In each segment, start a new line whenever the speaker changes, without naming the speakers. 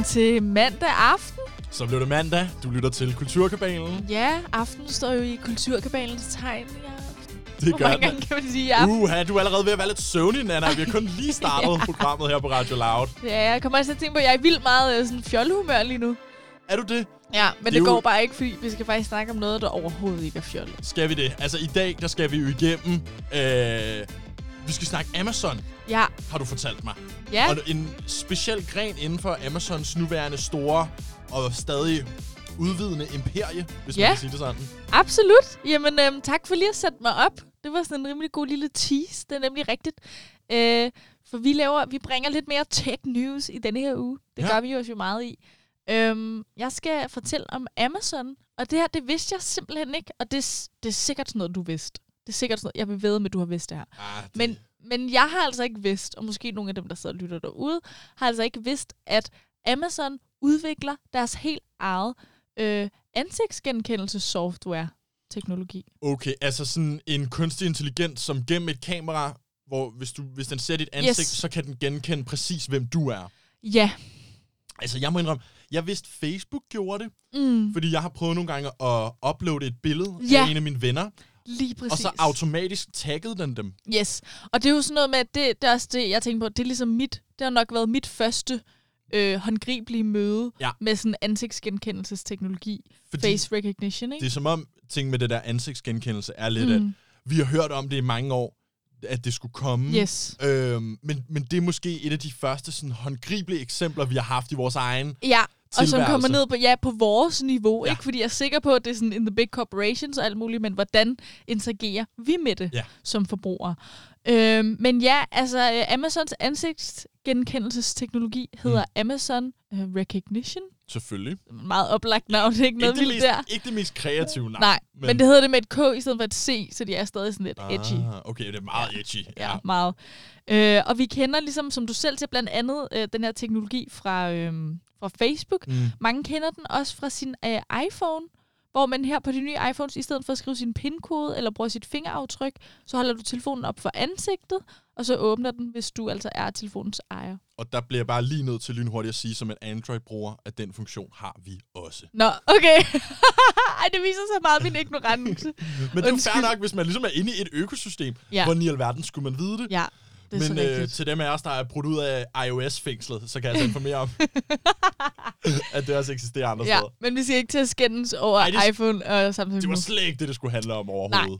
til mandag aften.
Så blev det mandag. Du lytter til Kulturkabalen.
Ja, aften står jo i Kulturkabalens tegn.
Det
Hvor mange gange kan man sige
du er allerede ved at være lidt søvnig, Nana. Vi har kun lige startet programmet her på Radio Loud.
Ja, jeg kommer også til at tænke på, at jeg er vildt meget sådan fjollehumør lige nu.
Er du det?
Ja, men det går bare ikke, fordi vi skal faktisk snakke om noget, der overhovedet ikke er fjollet.
Skal vi det? Altså i dag, der skal vi jo igennem... vi skal snakke Amazon.
Ja.
Har du fortalt mig.
Ja.
Og en speciel gren inden for Amazons nuværende store og stadig udvidende imperie, hvis man kan sige det sådan.
Absolut. Jamen, tak for lige at sætte mig op. Det var sådan en rimelig god lille tease. Det er nemlig rigtigt. For vi bringer lidt mere tech news i denne her uge. Det gør vi jo også jo meget i. Jeg skal fortælle om Amazon, og det her, det vidste jeg simpelthen ikke, og det er sikkert sådan noget, du vidste. Det er sikkert sådan noget, jeg vil vædde med, du har vidst det her. Men jeg har altså ikke vidst, og måske nogle af dem, der sidder og lytter derude, har altså ikke vidst, at Amazon udvikler deres helt eget ansigtsgenkendelsessoftware-teknologi.
Okay, altså sådan en kunstig intelligens, som gennem et kamera, hvor hvis den ser dit ansigt, så kan den genkende præcis, hvem du er.
Ja.
Altså, jeg må indrømme, jeg vidste, Facebook gjorde det, fordi jeg har prøvet nogle gange at uploade et billede af en af mine venner.
Lige præcis.
Og så automatisk taggede den dem.
Yes. Og det er jo sådan noget med, at det er også det, jeg tænker på, det er ligesom det har nok været mit første håndgribelige møde med sådan ansigtsgenkendelsesteknologi. Face recognition, ikke?
Det er som om, ting med det der ansigtsgenkendelse er lidt, at vi har hørt om det i mange år, at det skulle komme.
Yes.
Men det er måske et af de første sådan håndgribelige eksempler, vi har haft i vores egen
og som kommer ned på vores niveau, ikke? Fordi jeg er sikker på, at det er sådan in the big corporations og alt muligt, men hvordan interagerer vi med det som forbrugere? Men altså Amazons ansigtsgenkendelsesteknologi hedder Amazon Recognition.
Selvfølgelig.
Meget oplagt navn, det er ikke noget vildt der.
Ikke det mest kreative navn.
Nej, men det hedder det med et K i stedet for et C, så de er stadig sådan lidt edgy.
Okay, det er meget edgy.
Ja, meget. Og vi kender ligesom, som du selv siger, blandt andet den her teknologi fra Facebook. Mange kender den også fra sin iPhone, hvor man her på de nye iPhones, i stedet for at skrive sin PIN-kode eller bruge sit fingeraftryk, så holder du telefonen op for ansigtet, og så åbner den, hvis du altså er telefonens ejer.
Og der bliver jeg bare lige nødt til lynhurtigt at sige, som en Android-bruger, at den funktion har vi også.
Nå, okay. Ej, det viser så meget min ignorance.
Men det er jo fair nok, hvis man ligesom er inde i et økosystem, hvor i alverden skulle man vide det.
Ja.
Men til dem af os, der er brudt ud af iOS-fængslet, så kan jeg altså informere om, at det også eksisterer andre steder.
Men vi skal ikke til at skændes over iPhone og Samsung.
Det var slet ikke det skulle handle om overhovedet.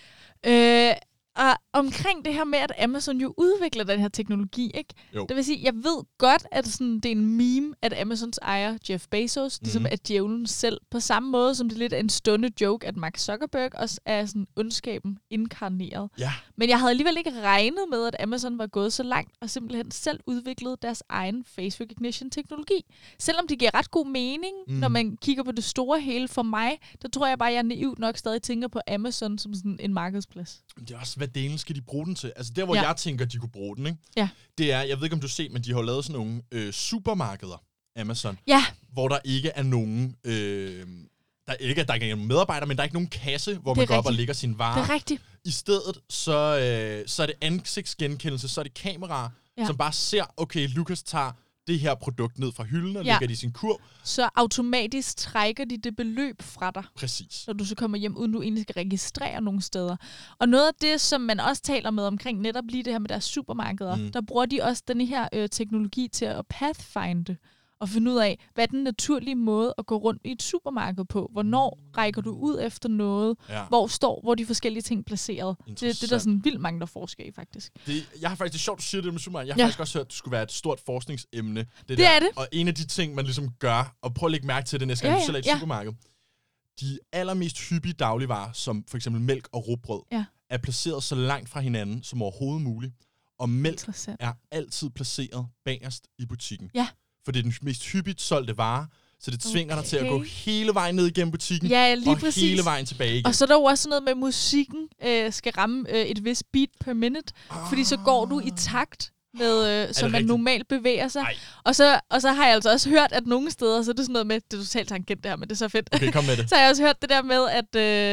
Nej. Og omkring det her med, at Amazon jo udvikler den her teknologi, ikke?
Jo.
Det vil sige, jeg ved godt, at sådan, det er en meme, at Amazons ejer Jeff Bezos, ligesom at djævlen selv, på samme måde som det lidt er en stående joke, at Mark Zuckerberg også er sådan ondskaben inkarneret.
Ja.
Men jeg havde alligevel ikke regnet med, at Amazon var gået så langt og simpelthen selv udviklede deres egen face recognition-teknologi. Selvom det giver ret god mening, når man kigger på det store hele for mig, der tror jeg bare, at jeg naivt nok stadig tænker på Amazon som sådan en markedsplads.
Det er også, hvad delen skal de bruge den til? Altså der, hvor jeg tænker, de kunne bruge den, ikke?
Ja.
Det er, jeg ved ikke, om du ser, men de har lavet sådan nogle supermarkeder, Amazon, hvor der ikke er nogen... Der er ikke nogen medarbejdere, men der er ikke nogen kasse, hvor man går op og lægger sine varer.
Det er rigtigt.
I stedet, så er det ansigtsgenkendelse, så er det kameraer, som bare ser, okay, Lukas tager det her produkt ned fra hylden og lægger det i sin kurv.
Så automatisk trækker de det beløb fra dig.
Præcis.
Når du så kommer hjem, uden du egentlig skal registrere nogle steder. Og noget af det, som man også taler med omkring netop lige det her med deres supermarkeder, der bruger de også den her teknologi til at pathfinde og finde ud af, hvad er den naturlige måde at gå rundt i et supermarked på. Hvornår rækker du ud efter noget? Hvor er de forskellige ting placeret? Det er der sådan vildt mange, der forsker i, faktisk.
Jeg har faktisk, det er sjovt, du siger det med supermarked. Jeg har faktisk også hørt, at det skulle være et stort forskningsemne.
Det er det.
Og en af de ting, man ligesom gør, og prøv at lægge mærke til det næste gang, du selv er i et supermarked. De allermest hyppige dagligvarer, som for eksempel mælk og rugbrød, er placeret så langt fra hinanden som overhovedet muligt. Og mælk er altid placeret bagerst i butikken. Ja. For det er den mest hyppigt solgte vare, så det tvinger dig til at gå hele vejen ned igennem butikken, og præcis. Hele vejen tilbage igen.
Og så er der jo også noget med, at musikken skal ramme et vist beat per minute, fordi så går du i takt med, som man normalt bevæger sig. Og så har jeg altså også hørt, at nogle steder, så er det sådan noget med, det er totalt tangent det her, men det er så fedt.
Okay, kom med det.
Så har jeg også hørt det der med,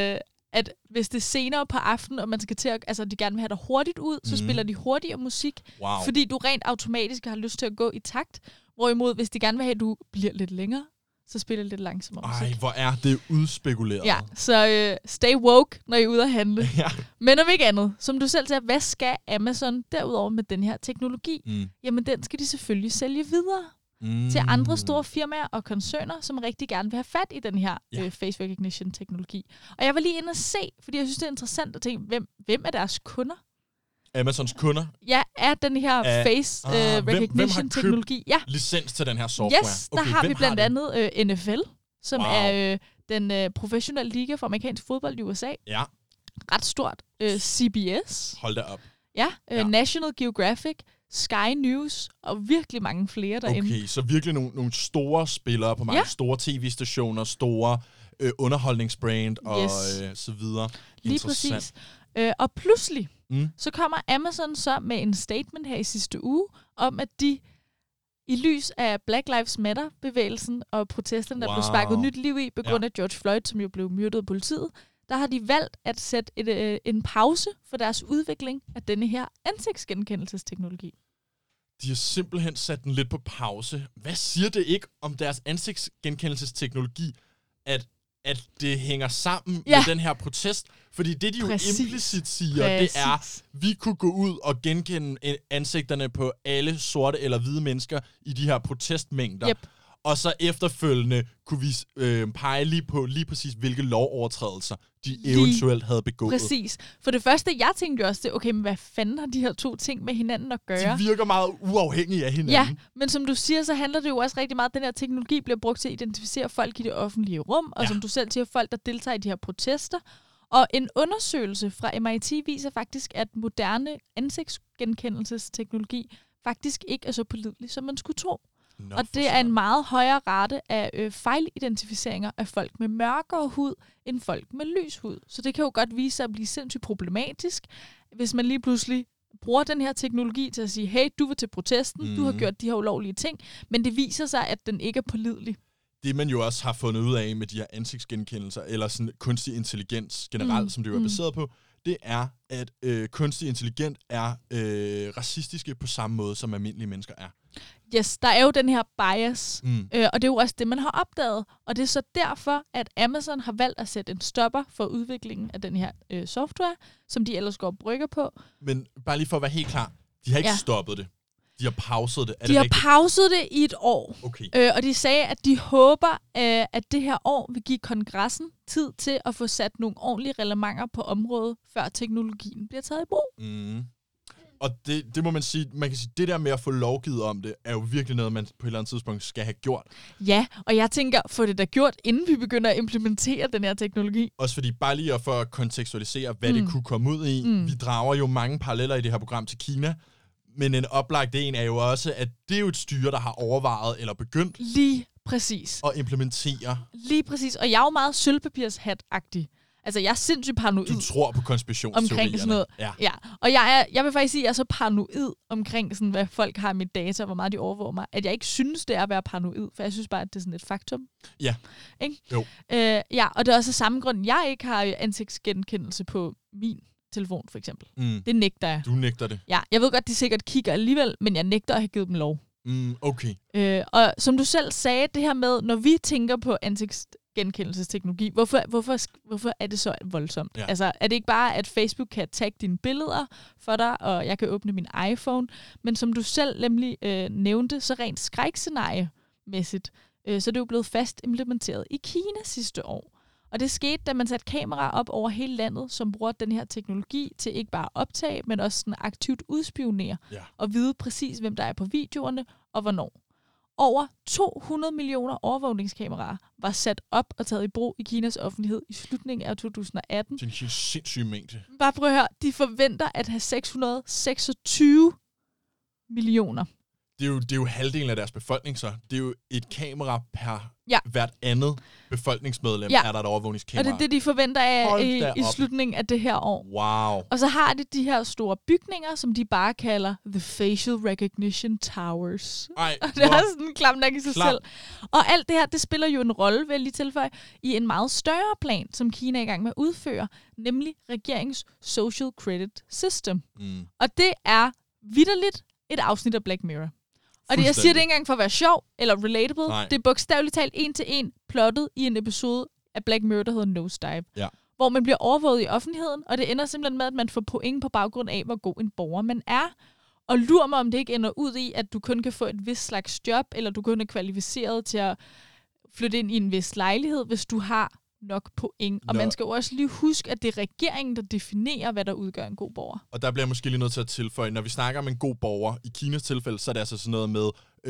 at hvis det er senere på aftenen, og man skal til at, altså de gerne vil have dig hurtigt ud, så spiller de hurtigere musik, fordi du rent automatisk har lyst til at gå i takt. Hvorimod, hvis de gerne vil have, at du bliver lidt længere, så spiller det lidt langsommere musik.
Ej, hvor er det udspekuleret.
Ja, så stay woke, når I er ude at handle.
Ja.
Men om ikke andet, som du selv siger, hvad skal Amazon derudover med den her teknologi? Jamen, den skal de selvfølgelig sælge videre til andre store firmaer og koncerner, som rigtig gerne vil have fat i den her face recognition-teknologi. Og jeg var lige inde og se, fordi jeg synes, det er interessant at tænke, hvem er deres kunder?
Amazons kunder?
Ja, er den her face recognition-teknologi.
Ja. Licens til den her software?
Yes, der har vi blandt andet NFL, som er den professionelle liga for amerikansk fodbold i USA.
Ja.
Ret stort. CBS.
Hold da op.
Ja, National Geographic, Sky News og virkelig mange flere derinde.
Okay, så virkelig nogle store spillere på mange store tv-stationer, store underholdningsbrand og så videre.
Lige præcis. Og pludselig, så kommer Amazon så med en statement her i sidste uge, om at de i lys af Black Lives Matter-bevægelsen og protesterne, der blev sparket nyt liv i, på grund af George Floyd, som jo blev myrdet af politiet, der har de valgt at sætte en pause for deres udvikling af denne her ansigtsgenkendelsesteknologi.
De har simpelthen sat den lidt på pause. Hvad siger det ikke om deres ansigtsgenkendelsesteknologi, at det hænger sammen med den her protest? Fordi det, de jo implicit siger, det er, at vi kunne gå ud og genkende ansigterne på alle sorte eller hvide mennesker i de her protestmængder. Yep. Og så efterfølgende kunne vi pege lige præcis, hvilke lovovertrædelser de eventuelt havde begået.
Præcis. For det første, jeg tænkte jo også, det okay, men hvad fanden har de her to ting med hinanden at gøre?
De virker meget uafhængige af hinanden.
Ja, men som du siger, så handler det jo også rigtig meget, at den her teknologi bliver brugt til at identificere folk i det offentlige rum, og som du selv siger, folk, der deltager i de her protester. Og en undersøgelse fra MIT viser faktisk, at moderne ansigtsgenkendelsesteknologi faktisk ikke er så pålidelig, som man skulle tro. Og det er en meget højere rate af fejlidentificeringer af folk med mørkere hud, end folk med lys hud. Så det kan jo godt vise sig at blive sindssygt problematisk, hvis man lige pludselig bruger den her teknologi til at sige, hey, du var til protesten, du har gjort de her ulovlige ting, men det viser sig, at den ikke er pålidelig.
Det, man jo også har fundet ud af med de her ansigtsgenkendelser, eller sådan kunstig intelligens generelt, som det jo er baseret på, det er, at kunstig intelligens er racistiske på samme måde, som almindelige mennesker er.
Yes, der er jo den her bias, og det er jo også det, man har opdaget. Og det er så derfor, at Amazon har valgt at sætte en stopper for udviklingen af den her software, som de ellers går og brygger på.
Men bare lige for at være helt klar, de har ikke stoppet det. De har pauset det.
De har pauset det i et år.
Okay.
Og de sagde, at de håber, at det her år vil give kongressen tid til at få sat nogle ordentlige reglementer på området, før teknologien bliver taget i brug.
Og det må man sige, det der med at få lovgivet om det, er jo virkelig noget, man på et eller andet tidspunkt skal have gjort.
Ja, og jeg tænker, få det da gjort, inden vi begynder at implementere den her teknologi.
Også fordi, bare lige for at kontekstualisere, hvad det kunne komme ud i, vi drager jo mange paralleller i det her program til Kina, men en oplagt en er jo også, at det er jo et styre, der har overvejet eller begyndt
lige præcis
at implementere.
Lige præcis, og jeg er jo meget sølvpapirshat-agtig. Altså, jeg er sindssygt paranoid.
Du tror på konspirationsteorierne.
Omkring sådan noget. Ja. Og jeg vil faktisk sige, at jeg er så paranoid omkring, sådan, hvad folk har i mit data, og hvor meget de overvåger mig, at jeg ikke synes, det er at være paranoid, for jeg synes bare, at det er sådan et faktum.
Ja.
Ikke?
Jo.
Ja, og det er også af samme grund, jeg ikke har ansigtsgenkendelse på min telefon, for eksempel. Det nægter jeg.
Du nægter det?
Ja, jeg ved godt, de sikkert kigger alligevel, men jeg nægter at have givet dem lov.
Okay.
Og som du selv sagde, det her med, når vi tænker på ansigtsgenkendelsesteknologi, hvorfor er det så voldsomt?
Ja.
Altså, er det ikke bare, at Facebook kan tagge dine billeder for dig, og jeg kan åbne min iPhone, men som du selv nemlig nævnte, så rent skrækscenarie-mæssigt, så er det jo blevet fast implementeret i Kina sidste år. Og det skete, da man satte kameraer op over hele landet, som bruger den her teknologi til ikke bare at optage, men også sådan aktivt udspionere og vide præcis, hvem der er på videoerne og hvornår. Over 200 millioner overvågningskameraer var sat op og taget i brug i Kinas offentlighed i slutningen af 2018.
Det er en sindssyg mængde.
Bare prøv at høre, de forventer at have 626 millioner
Det er jo halvdelen af deres befolkning, så. Det er jo et kamera per hvert andet befolkningsmedlem, er der et overvågningskamera.
Og det er det, de forventer af i slutningen af det her år.
Wow.
Og så har de her store bygninger, som de bare kalder The Facial Recognition Towers.
Ej,
og det er sådan en klam nok i sig selv. Og alt det her, det spiller jo en rolle, vil jeg lige tilføje, i en meget større plan, som Kina er i gang med at udføre, nemlig regeringens Social Credit System. Og det er vitterligt et afsnit af Black Mirror. Og jeg siger det ikke engang for at være sjov eller relatable. Nej. Det er bogstaveligt talt 1-til-1 plottet i en episode af Black Mirror, der hedder Nosedive. Ja. Hvor man bliver overvåget i offentligheden, og det ender simpelthen med, at man får point på baggrund af, hvor god en borger man er. Og lurer mig, om det ikke ender ud i, at du kun kan få et vis slags job, eller du kun er kvalificeret til at flytte ind i en vis lejlighed, hvis du har nok point. Og man skal jo også lige huske, at det er regeringen, der definerer, hvad der udgør en god borger.
Og der bliver jeg måske lige nødt til at tilføje, når vi snakker om en god borger, i Kinas tilfælde, så er det altså sådan noget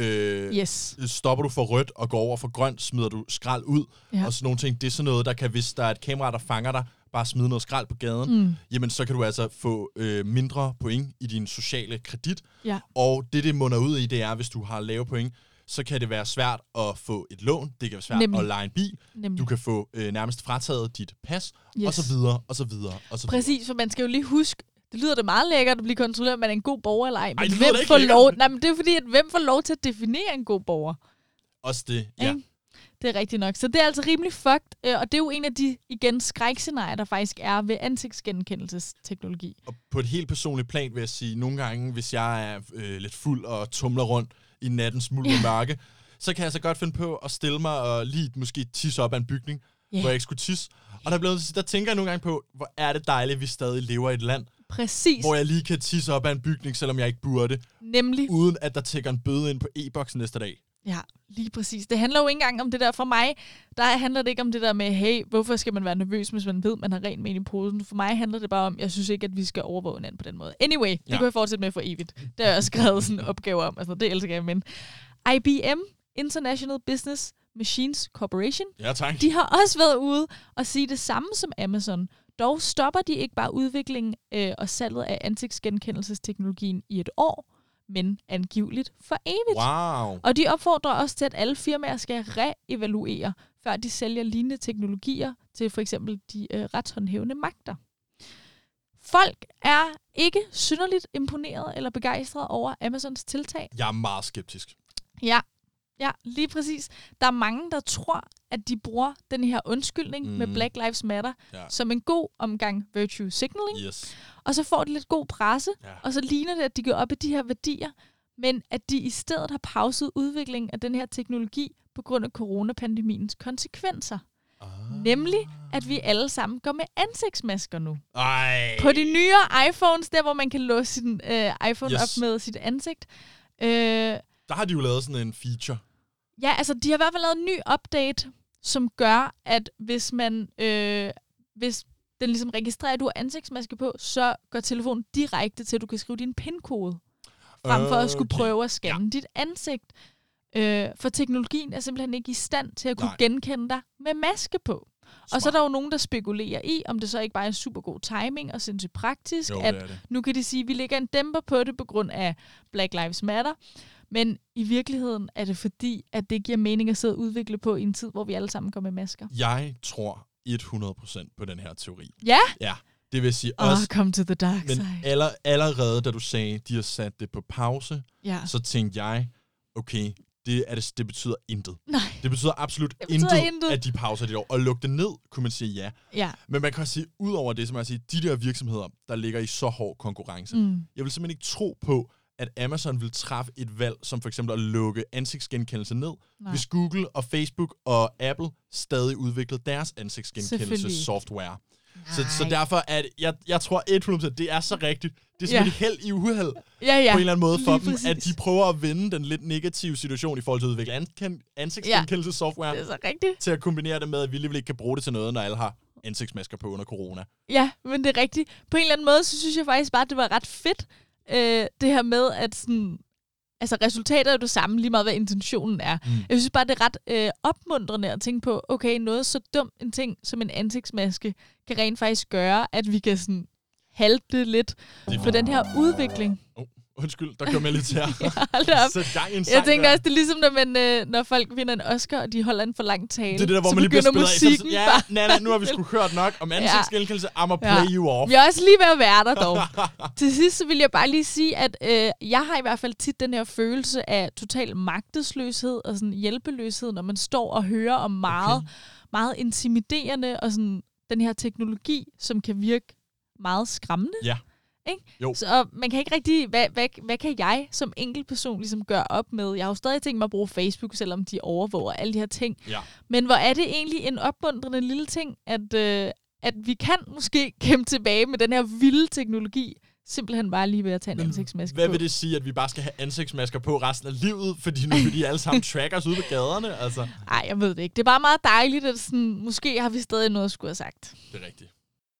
med, stopper du for rødt og går over for grønt, smider du skrald ud, og sådan nogle ting. Det er sådan noget, der kan, hvis der er et kamera, der fanger dig, bare smide noget skrald på gaden, jamen så kan du altså få mindre point i din sociale kredit. Ja. Og det munder ud i, det er, hvis du har lave point, så kan det være svært at få et lån. Det kan være svært at leje en bil. Du kan få nærmest frataget dit pas, og så videre, og så videre, og så videre.
Præcis, for man skal jo lige huske, det lyder det meget lækkert at blive kontrolleret, om man er en god borger eller ej. Men
hvem får lov?
Nej, men det er fordi, at hvem får lov til at definere en god borger?
Også det, ja.
Det er rigtigt nok. Så det er altså rimelig fucked, og det er jo en af de, igen, skrækscenarier, der faktisk er ved ansigtsgenkendelsesteknologi. Og
på et helt personligt plan vil jeg sige, nogle gange, hvis jeg er lidt fuld og tumler rundt i nattens mulm og mørke, så kan jeg så godt finde på at stille mig og lige måske tisse op af en bygning, hvor jeg ikke skulle tisse. Og der tænker jeg nogle gange på, hvor er det dejligt, at vi stadig lever i et land,
præcis,
hvor jeg lige kan tisse op af en bygning, selvom jeg ikke burde.
Nemlig.
Uden at der tækker en bøde ind på e-boksen næste dag.
Ja, lige præcis. Det handler jo ikke engang om det der. For mig, der handler det ikke om det der med, hey, hvorfor skal man være nervøs, hvis man ved, man har rent med i posen. For mig handler det bare om, jeg synes ikke, at vi skal overvåge hinanden på den måde. Anyway, det kunne jeg fortsætte med for evigt. Det har jeg skrevet sådan en opgave om. Altså, det elsker jeg, men IBM, International Business Machines Corporation, de har også været ude og sige det samme som Amazon. Dog stopper de ikke bare udviklingen og salget af ansigtsgenkendelsesteknologien i et år, men angiveligt for evigt.
Wow.
Og de opfordrer også til, at alle firmaer skal reevaluere, før de sælger lignende teknologier til for eksempel de retshåndhævende magter. Folk er ikke synderligt imponeret eller begejstret over Amazons tiltag.
Jeg er meget skeptisk.
Ja, lige præcis. Der er mange, der tror, at de bruger den her undskyldning med Black Lives Matter som en god omgang virtue signaling.
Yes.
Og så får de lidt god presse, og så ligner det, at de går op i de her værdier, men at de i stedet har pauset udviklingen af den her teknologi på grund af coronapandemiens konsekvenser. Nemlig, at vi alle sammen går med ansigtsmasker nu.
Ej.
På de nyere iPhones, der hvor man kan låse sin iPhone op med sit ansigt.
Der har de jo lavet sådan en feature.
Ja, altså de har i hvert fald lavet en ny update, som gør, at hvis man hvis den ligesom registrerer, at du har ansigtsmaske på, så går telefonen direkte til, at du kan skrive din PIN-kode, frem for at skulle prøve at scanne dit ansigt. For teknologien er simpelthen ikke i stand til at kunne genkende dig med maske på. Smart. Og så er der jo nogen, der spekulerer i, om det så ikke bare er super god timing og sindssygt praktisk, at nu kan de sige, at vi lægger en dæmper på det på grund af Black Lives Matter. Men i virkeligheden er det fordi, at det giver mening at sidde og udvikle på i en tid, hvor vi alle sammen går med masker.
Jeg tror 100% på den her teori.
Ja?
Ja, det vil sige også...
come to the dark side.
Men allerede, da du sagde, de har sat det på pause, så tænkte jeg, okay, det betyder intet.
Nej.
Det betyder absolut intet, at de pauser det år. Og lukke det ned, kunne man sige ja. Men man kan også sige, ud over det, som jeg siger, de der virksomheder, der ligger i så hård konkurrence. Jeg vil simpelthen ikke tro på, at Amazon vil træffe et valg, som for eksempel at lukke ansigtsgenkendelse ned, hvis Google og Facebook og Apple stadig udviklede deres ansigtsgenkendelsessoftware. Så derfor er det, jeg tror 100%, det er så rigtigt. Det er simpelthen held i uheld på en eller anden måde for dem, at de prøver at vende den lidt negative situation i forhold til at udvikle ansigtsgenkendelsessoftware.
Det er så rigtigt.
Til at kombinere det med, at vi alligevel ikke kan bruge det til noget, når alle har ansigtsmasker på under corona. Ja,
men det er rigtigt. På en eller anden måde, så synes jeg faktisk bare, at det var ret fedt, det her med, at sådan, altså resultatet er jo det samme, lige meget hvad intentionen er. Jeg synes bare, det er ret opmuntrende at tænke på, okay, noget så dumt en ting som en ansigtsmaske kan rent faktisk gøre, at vi kan sådan halte lidt for den her udvikling.
Undskyld, der kom jeg lidt til at sætte gang i en sang.
Jeg tænker også, det er ligesom, når folk vinder en Oscar, og de holder en for lang tale.
Det er det der, hvor man lige bliver spillet af. Ja, nu har vi sgu hørt nok om ansigtsgenkendelse. I'ma play you off.
Vi er også lige ved at være der dog. Til sidst så vil jeg bare lige sige, at jeg har i hvert fald tit den her følelse af total magtesløshed og sådan hjælpeløshed, når man står og hører om meget intimiderende og sådan den her teknologi, som kan virke meget skræmmende.
Ja.
Ikke? Så man kan ikke rigtig, hvad kan jeg som enkeltperson ligesom gøre op med? Jeg har jo stadig tænkt mig at bruge Facebook, selvom de overvåger alle de her ting.
Ja.
Men hvor er det egentlig en opmuntrende lille ting, at vi kan måske kæmpe tilbage med den her vilde teknologi, simpelthen bare lige ved at tage en ansigtsmaske på.
Hvad vil det sige, at vi bare skal have ansigtsmasker på resten af livet, fordi nu vil de alle sammen track os ude på gaderne? Altså.
Nej, jeg ved det ikke. Det er bare meget dejligt, at sådan, måske har vi stadig noget at skulle have sagt.
Det er rigtigt.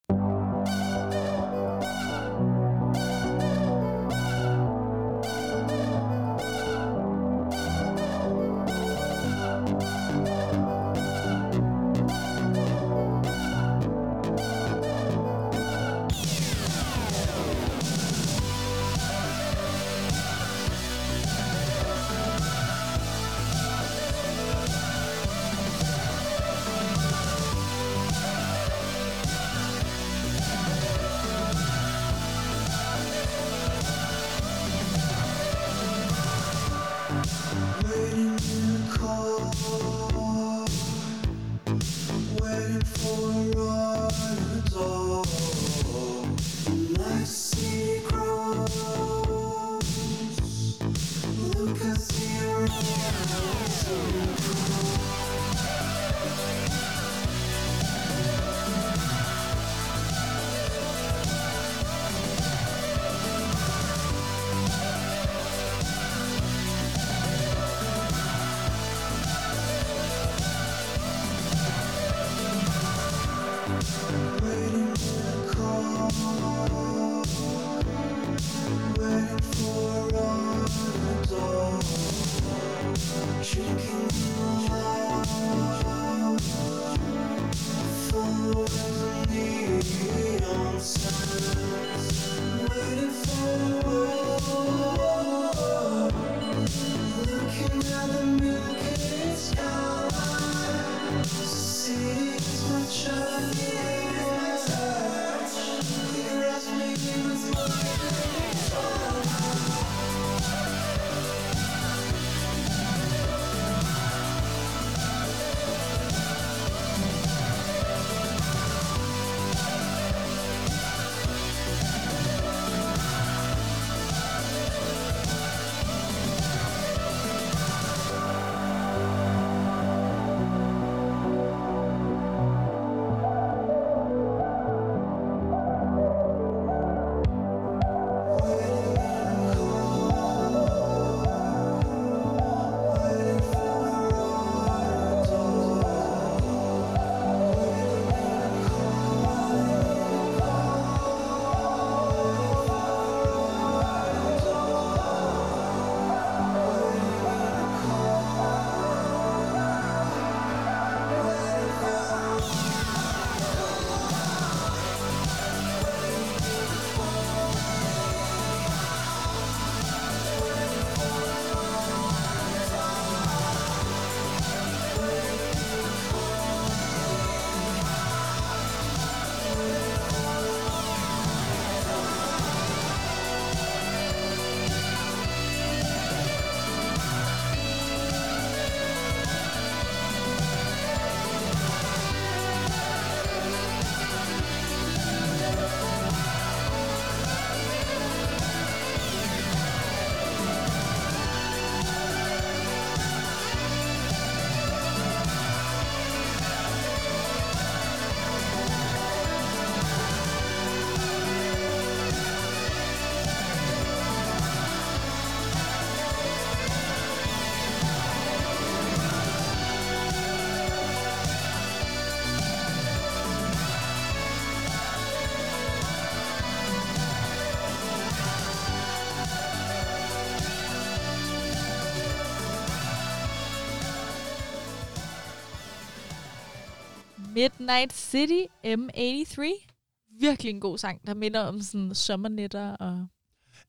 Midnight City, M83. Virkelig en god sang, der minder om sådan sommernætter og...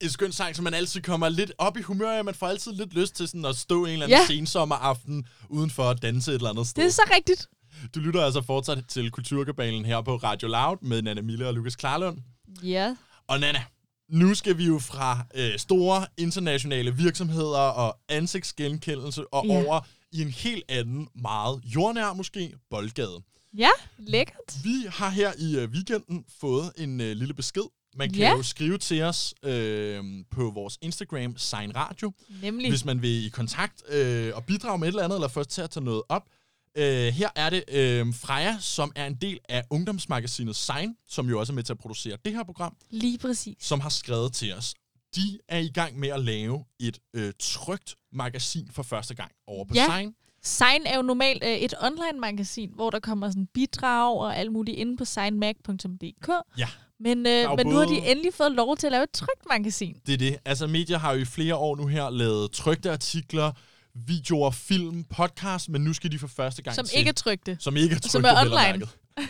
en skøn sang, som man altid kommer lidt op i humør af. Man får altid lidt lyst til sådan at stå en eller anden sensommeraften udenfor at danse et eller andet sted.
Det er så rigtigt.
Du lytter altså fortsat til Kulturkabalen her på Radio Loud med Nanna Mille og Lukas Klarlund.
Ja.
Og Nanna, nu skal vi jo fra store internationale virksomheder og ansigtsgenkendelse og over i en helt anden, meget jordnær måske, boldgade.
Ja, lækkert.
Vi har her i weekenden fået en lille besked. Man kan jo skrive til os på vores Instagram, Sign Radio.
Nemlig.
Hvis man vil i kontakt og bidrage med et eller andet, eller først til at tage noget op. Her er det Freja, som er en del af ungdomsmagasinet Sign, som jo også er med til at producere det her program.
Lige præcis.
Som har skrevet til os. De er i gang med at lave et trykt magasin for første gang over på Sign.
Sign er jo normalt et online-magasin, hvor der kommer sådan bidrag og alt muligt inde på signmag.dk.
Ja.
Men nu har de endelig fået lov til at lave et trykt magasin.
Det er det. Altså, medier har jo i flere år nu her lavet trykte artikler, videoer, film, podcast, men nu skal de for første gang
som ikke er trykte.
Som ikke er trykte.
Som er online.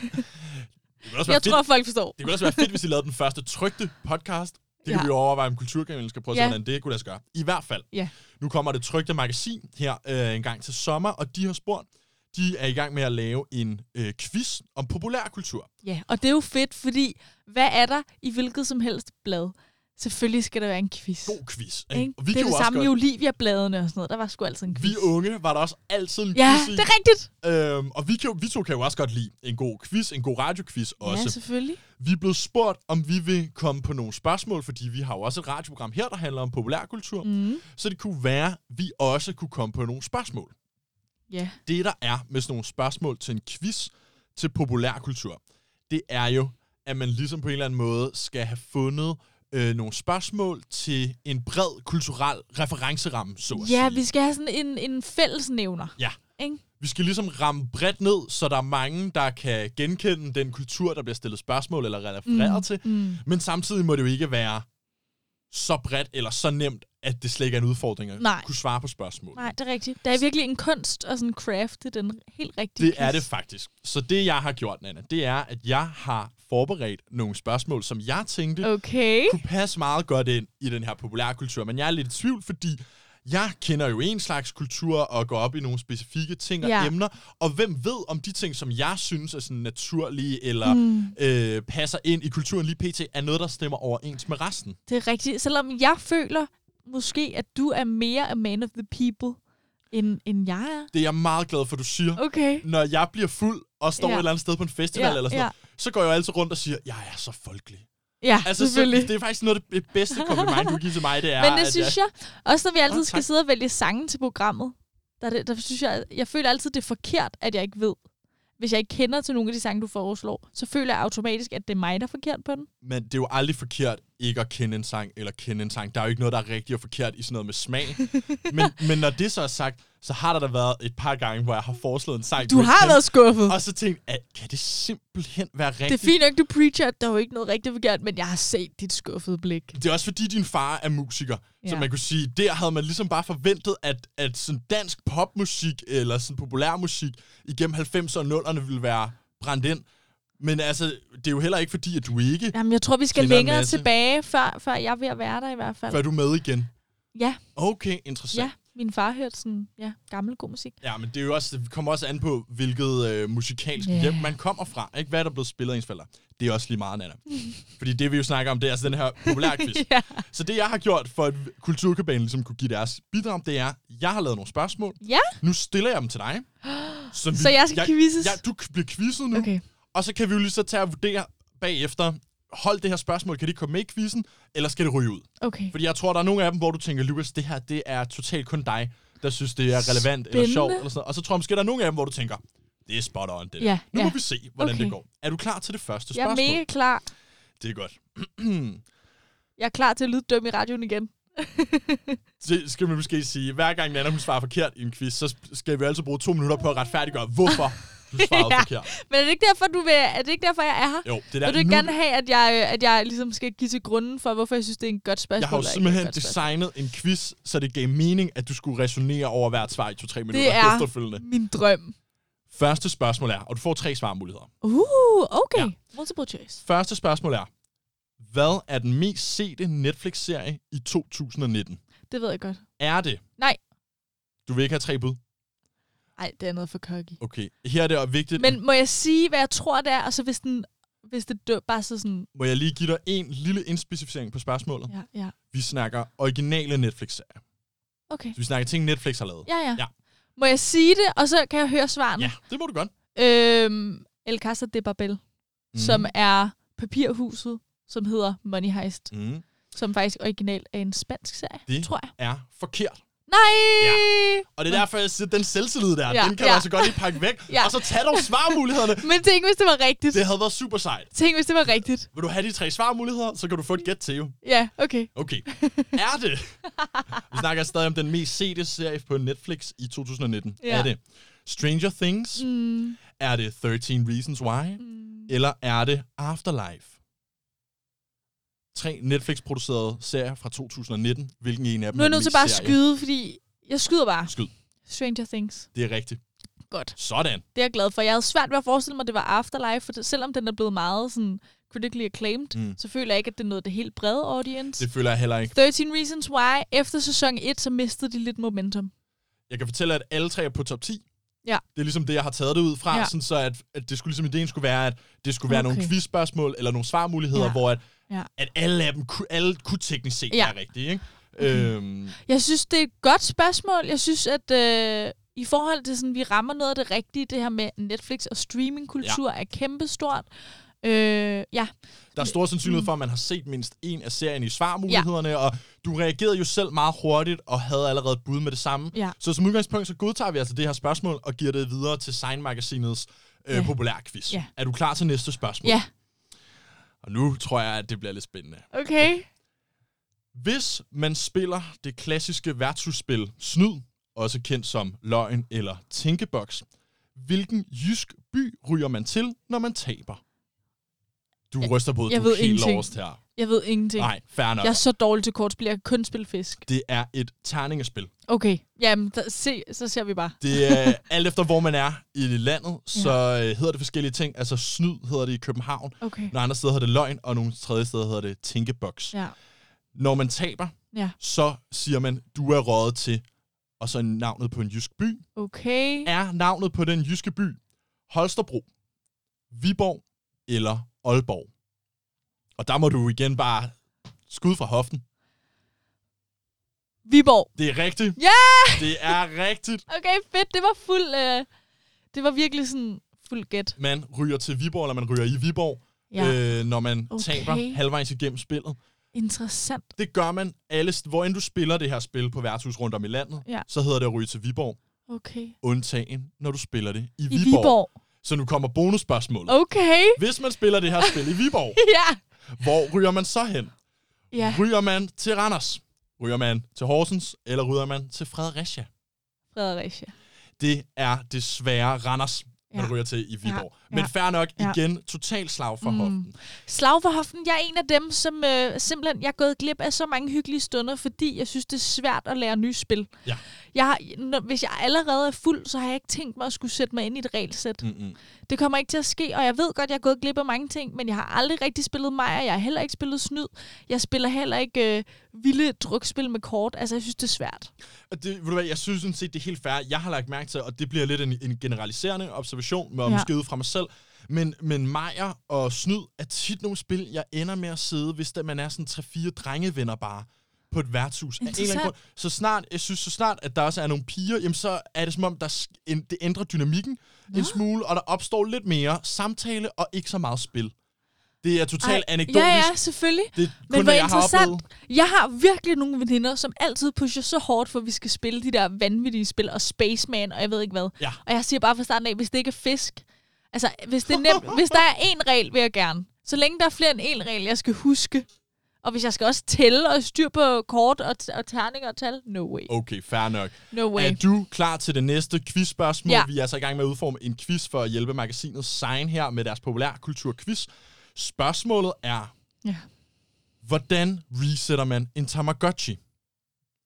Jeg tror, folk forstår.
Det kunne også være fedt, hvis de lavede den første trykte podcast. Det kan vi jo overveje, om Kulturkabalen skal prøve at se, hvordan det kunne lade sig gøre. I hvert fald.
Ja.
Nu kommer det trykte magasin her en gang til sommer, og de har spurgt, de er i gang med at lave en quiz om populærkultur.
Ja, og det er jo fedt, fordi hvad er der i hvilket som helst blad? Selvfølgelig skal der være en quiz.
God quiz. Ikke?
Og vi det er det samme i Olivia-bladene og sådan noget. Der var sgu altid en quiz.
Vi unge var der også altid en quiz.
Ja, det er rigtigt.
Og vi to kan jo også godt lide en god quiz, en god radioquiz også.
Ja, selvfølgelig.
Vi er blevet spurgt, om vi vil komme på nogle spørgsmål, fordi vi har jo også et radioprogram her, der handler om populærkultur. Så det kunne være, at vi også kunne komme på nogle spørgsmål.
Ja.
Det, der er med sådan nogle spørgsmål til en quiz til populærkultur, det er jo, at man ligesom på en eller anden måde skal have fundet nogle spørgsmål til en bred kulturel referenceramme, så at sige.
Ja, vi skal have sådan en fællesnævner.
Ja.
Ikke?
Vi skal ligesom ramme bredt ned, så der er mange, der kan genkende den kultur, der bliver stillet spørgsmål eller refereret til. Men samtidig må det jo ikke være så bredt eller så nemt, at det slet ikke er en udfordring at kunne svare på spørgsmål.
Nej, det er rigtigt. Der er virkelig en kunst og sådan crafte den helt rigtige
Det er det faktisk. Så det, jeg har gjort, Nanna, det er, at jeg har forberedt nogle spørgsmål, som jeg tænkte kunne passe meget godt ind i den her populærkultur. Men jeg er lidt i tvivl, fordi jeg kender jo en slags kultur og går op i nogle specifikke ting og emner. Og hvem ved, om de ting, som jeg synes er sådan naturlige eller passer ind i kulturen lige pt., er noget, der stemmer overens med resten.
Det er rigtigt. Selvom jeg føler måske, at du er mere a man of the people, end jeg er.
Det er jeg meget glad for, du siger.
Okay.
Når jeg bliver fuld og står et eller andet sted på en festival eller sådan noget, så går jeg altid rundt og siger, jeg er så folkelig.
Ja, altså, selvfølgelig.
Det er faktisk noget af det bedste kompliment, du giver til mig, det er...
Men det synes jeg, også når vi altid skal sidde og vælge sange til programmet, der synes jeg føler altid, det er forkert, at jeg ikke ved. Hvis jeg ikke kender til nogle af de sange, du foreslår, så føler jeg automatisk, at det er mig, der er forkert på den. Men
det er jo aldrig forkert ikke at kende en sang eller kende en sang. Der er jo ikke noget, der er rigtigt og forkert i sådan noget med smag. men når det så er sagt, så har der da været et par gange, hvor jeg har foreslået en sang.
Du har været skuffet.
Og så tænkt, kan det simpelthen være rigtigt?
Det er fint nok, du preacher, at der er jo ikke noget rigtigt forkert, men jeg har set dit skuffede blik.
Det er også fordi, din far er musiker. Så man kunne sige, der havde man ligesom bare forventet, at sådan dansk popmusik eller sådan populærmusik igennem 90'erne og 0'erne ville være brændt ind. Men altså, det er jo heller ikke fordi, at du ikke...
Jamen, jeg tror, vi skal længere tilbage, før jeg er ved at være der i hvert fald.
Før du er med igen?
Ja.
Okay, interessant.
Ja, min far hørte sådan, gammel god musik.
Ja, men det er jo også, det kommer også an på, hvilket musikalsk hjem man kommer fra. Ikke? Hvad er der blevet spillet af ens forældre? Det er også lige meget, Nanna. Fordi det, vi jo snakker om, det er altså den her populærquiz. Så det, jeg har gjort for, at Kulturkabalen ligesom kunne give deres bidrag, det er, jeg har lavet nogle spørgsmål.
Ja.
Nu stiller jeg dem til dig.
Så jeg skal quizzes?
Ja, du bliver quizzet nu. Okay. Og så kan vi jo lige så tage og vurdere bagefter, hold det her spørgsmål, kan det komme med i quizzen, eller skal det ryge ud?
Okay.
Fordi jeg tror, der er nogle af dem, hvor du tænker, Lukas, det her, det er totalt kun dig, der synes, det er relevant eller sjovt. Eller sådan. Og så tror jeg måske, der er nogle af dem, hvor du tænker, det er spot on, det der. Nu må vi se, hvordan det går. Er du klar til det første spørgsmål?
Jeg er mega klar.
Det er godt.
Jeg er klar til at lyde dum i radioen igen.
Det skal man måske sige. Hver gang Nanna, hun svarer forkert i en quiz, så skal vi altså bruge 2 minutter på at retfærdiggøre, hvorfor du svarede forkert.
Men er det ikke derfor, er det ikke derfor, jeg er her?
Jo, det er der.
Vil du ikke gerne have, at jeg ligesom skal give til grunden for, hvorfor jeg synes, det er en godt spørgsmål?
Jeg har jo simpelthen designet en quiz, så det gav mening, at du skulle resonere over hvert svar i 2-3 minutter efterfølgende.
Det er min drøm.
Første spørgsmål er, og du får 3 svarmuligheder.
Okay. Ja. Multiple choice.
Første spørgsmål er, Hvad er den mest sete Netflix-serie i 2019?
Det ved jeg godt.
Er det?
Nej.
Du vil ikke have 3 bud?
Nej, det er noget for cocky.
Okay, her er det også vigtigt.
Men må jeg sige, hvad jeg tror, det er? Altså, hvis det dør, bare så sådan...
Må jeg lige give dig en lille indspecificering på spørgsmålet?
Ja.
Vi snakker originale Netflix-serier.
Okay.
Så vi snakker ting, Netflix har lavet.
Ja. Må jeg sige det, og så kan jeg høre svarene?
Ja, det må du godt.
El Casa de Babel, som er papirhuset, som hedder Money Heist. Som faktisk originalt er en spansk serie,
det
tror jeg.
Er forkert.
Nej!
Ja. Og det er derfor, jeg siger, den selvtillid der, den kan du altså godt lige pakke væk. Og så tage dog svarmulighederne.
Men tænk, hvis det var rigtigt.
Det havde været super sejt.
Tænk, hvis det var rigtigt.
Vil du have de 3 svarmuligheder, så kan du få et gæt til jo.
Ja, okay.
Okay. Er det? Vi snakker stadig om den mest sete serie på Netflix i 2019. Ja. Er det Stranger Things? Er det 13 Reasons Why? Eller er det Afterlife? 3 Netflix-producerede serier fra 2019. Hvilken en af dem
nu er jeg nødt til bare at skyde, fordi jeg skyder bare.
Skyd.
Stranger Things.
Det er rigtigt.
Godt.
Sådan.
Det er jeg glad for. Jeg havde svært ved at forestille mig, at det var Afterlife, for selvom den er blevet meget sådan critically acclaimed, så føler jeg ikke, at det er noget det helt brede audience.
Det føler jeg heller ikke.
13 Reasons Why, efter sæson 1, så mistede de lidt momentum.
Jeg kan fortælle, at alle 3 er på top 10.
Ja.
Det er ligesom det, jeg har taget det ud fra, sådan så at det skulle ligesom ideen skulle være, at det skulle være nogle quizspørgsmål eller nogle svarmuligheder, hvor at alle af dem alle kunne teknisk set være rigtige, ikke? Okay.
Jeg synes, det er et godt spørgsmål. Jeg synes, at i forhold til sådan, vi rammer noget af det rigtige, det her med Netflix og streamingkultur er kæmpestort. Der
er stor sandsynlighed for, at man har set mindst en af serien i svarmulighederne, og du reagerede jo selv meget hurtigt og havde allerede et bud med det samme. Ja. Så som udgangspunkt, så godtager vi altså det her spørgsmål og giver det videre til Sign-magasinets populærquiz. Ja. Er du klar til næste spørgsmål?
Ja.
Og nu tror jeg, at det bliver lidt spændende.
Okay.
Hvis man spiller det klassiske værtshusspil Snyd, også kendt som løgn eller tænkeboks, hvilken jysk by ryger man til, når man taber? Du ryster på, du er helt lost her.
Jeg ved ingenting.
Nej, fair nok.
Jeg er så dårlig til kortspil, jeg kan kun spille fisk.
Det er et terningespil.
Okay, jamen, så ser vi bare.
Det er alt efter, hvor man er i landet, så hedder det forskellige ting. Altså Snyd hedder det i København. Okay. Nogle andre steder hedder det løgn, og nogle tredje steder hedder det tænkeboks. Ja. Når man taber, så siger man, du er røget til, og så navnet på en jysk by.
Okay.
Er navnet på den jyske by Holstebro, Viborg eller Aalborg? Og der må du igen bare skud fra hoften.
Viborg.
Det er rigtigt.
Ja! Yeah!
Det er rigtigt.
Okay, fedt. Det var det var virkelig sådan fuld gæt.
Man ryger til Viborg, eller man ryger i Viborg, når man taber halvvejs igennem spillet.
Interessant.
Det gør man hvor end du spiller det her spil på værtshus rundt om i landet, så hedder det at ryge til Viborg.
Okay.
Undtagen, når du spiller det i Viborg. Så nu kommer bonusspørgsmålet.
Okay.
Hvis man spiller det her spil i Viborg, hvor ryger man så hen? Ja. Ryger man til Randers? Ryger man til Horsens? Eller ryger man til Fredericia?
Fredericia.
Det er desværre Randers, man ryger til i Viborg. Men fair nok, igen, totalt slag for hoften.
Slag for hoften. Jeg er en af dem, som simpelthen, jeg er gået glip af så mange hyggelige stunder, fordi jeg synes, det er svært at lære nye spil. Ja. Hvis jeg allerede er fuld, så har jeg ikke tænkt mig at skulle sætte mig ind i et regelsæt. Det kommer ikke til at ske, og jeg ved godt, jeg er gået glip af mange ting, men jeg har aldrig rigtig spillet Maja. Jeg har heller ikke spillet Snyd. Jeg spiller heller ikke vilde drukspil med kort. Altså, jeg synes, det er svært.
Ved du hvad, jeg synes sådan set, det er helt fair. Jeg har lagt mærke til, og det bliver lidt en generaliserende observation, og måske ud fra mig selv, men Maja og Snyd er tit nogle spil, jeg ender med at sidde, hvis man er sådan 3-4 drengevenner bare på et værtshus. Så snart, at der også er nogle piger, jamen så er det som om, det ændrer dynamikken en smule, og der opstår lidt mere samtale og ikke så meget spil. Det er totalt anekdotisk.
Ja, selvfølgelig.
Det er kun, men hvad jeg har oplevet.
Jeg har virkelig nogle veninder, som altid pusher så hårdt, for at vi skal spille de der vanvittige spil, og Spaceman, og jeg ved ikke hvad. Ja. Og jeg siger bare fra starten af, hvis det ikke er fisk, altså hvis der er én regel, vil jeg gerne. Så længe der er flere end én regel, jeg skal huske. Og hvis jeg skal også tælle og styr på kort og terninger og tal, no way.
Okay, fair nok.
No way.
Er du klar til det næste quizspørgsmål? Ja. Vi er altså i gang med at udforme en quiz for at hjælpe magasinet Sign her med deres populærkulturquiz. Spørgsmålet er, hvordan resetter man en Tamagotchi?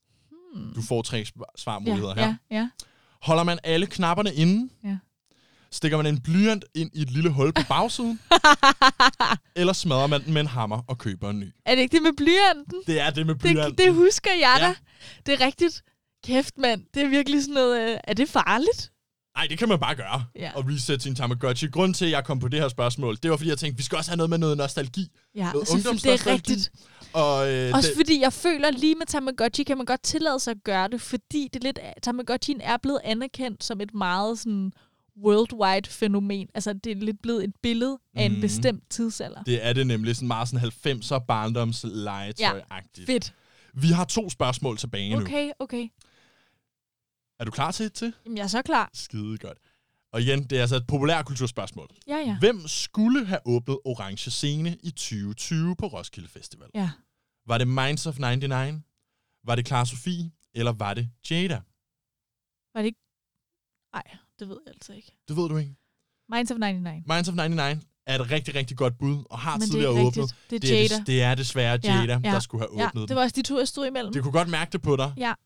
Du får 3 svarmuligheder her.
Ja.
Holder man alle knapperne inde?
Ja.
Stikker man en blyant ind i et lille hul på bagsiden? Eller smadrer man den med en hammer og køber en ny?
Er det ikke det med blyanten?
Det er det med blyanten.
Det husker jeg da. Det er rigtigt. Kæft, mand. Det er virkelig sådan noget... er det farligt?
Nej, det kan man bare gøre. Ja. Og reset sin Tamagotchi. Grunden til, at jeg kom på det her spørgsmål, det var, fordi jeg tænkte, vi skal også have noget med noget nostalgi.
Ja,
noget ungdomsnostalgi. Det er rigtigt. Og,
også fordi jeg føler, lige med Tamagotchi kan man godt tillade sig at gøre det, fordi det lidt, Tamagotchien er blevet anerkendt som et meget sådan worldwide fænomen. Altså, det er lidt blevet et billede af en bestemt tidsalder.
Det er det nemlig. Sådan meget sådan 90'er barndomslegetøj-agtigt.
Ja, fedt.
Vi har 2 spørgsmål tilbage nu.
Okay.
Er du klar til et til?
Jamen, jeg er så klar.
Skide godt. Og igen, det er altså et populærkulturspørgsmål.
Ja.
Hvem skulle have åbnet Orange Scene i 2020 på Roskilde Festival?
Ja.
Var det Minds of 99? Var det Clara Sofie? Eller var det Jada?
Var det ikke... Nej, det ved jeg altså ikke.
Det ved du ikke?
Minds of 99.
Minds of 99 er et rigtig, rigtig godt bud, og har tidligere åbnet.
Det er Jada.
Det er desværre Jada, der skulle have åbnet den.
Det var også de 2, jeg stod imellem.
Det kunne godt mærke det på dig.
Ja.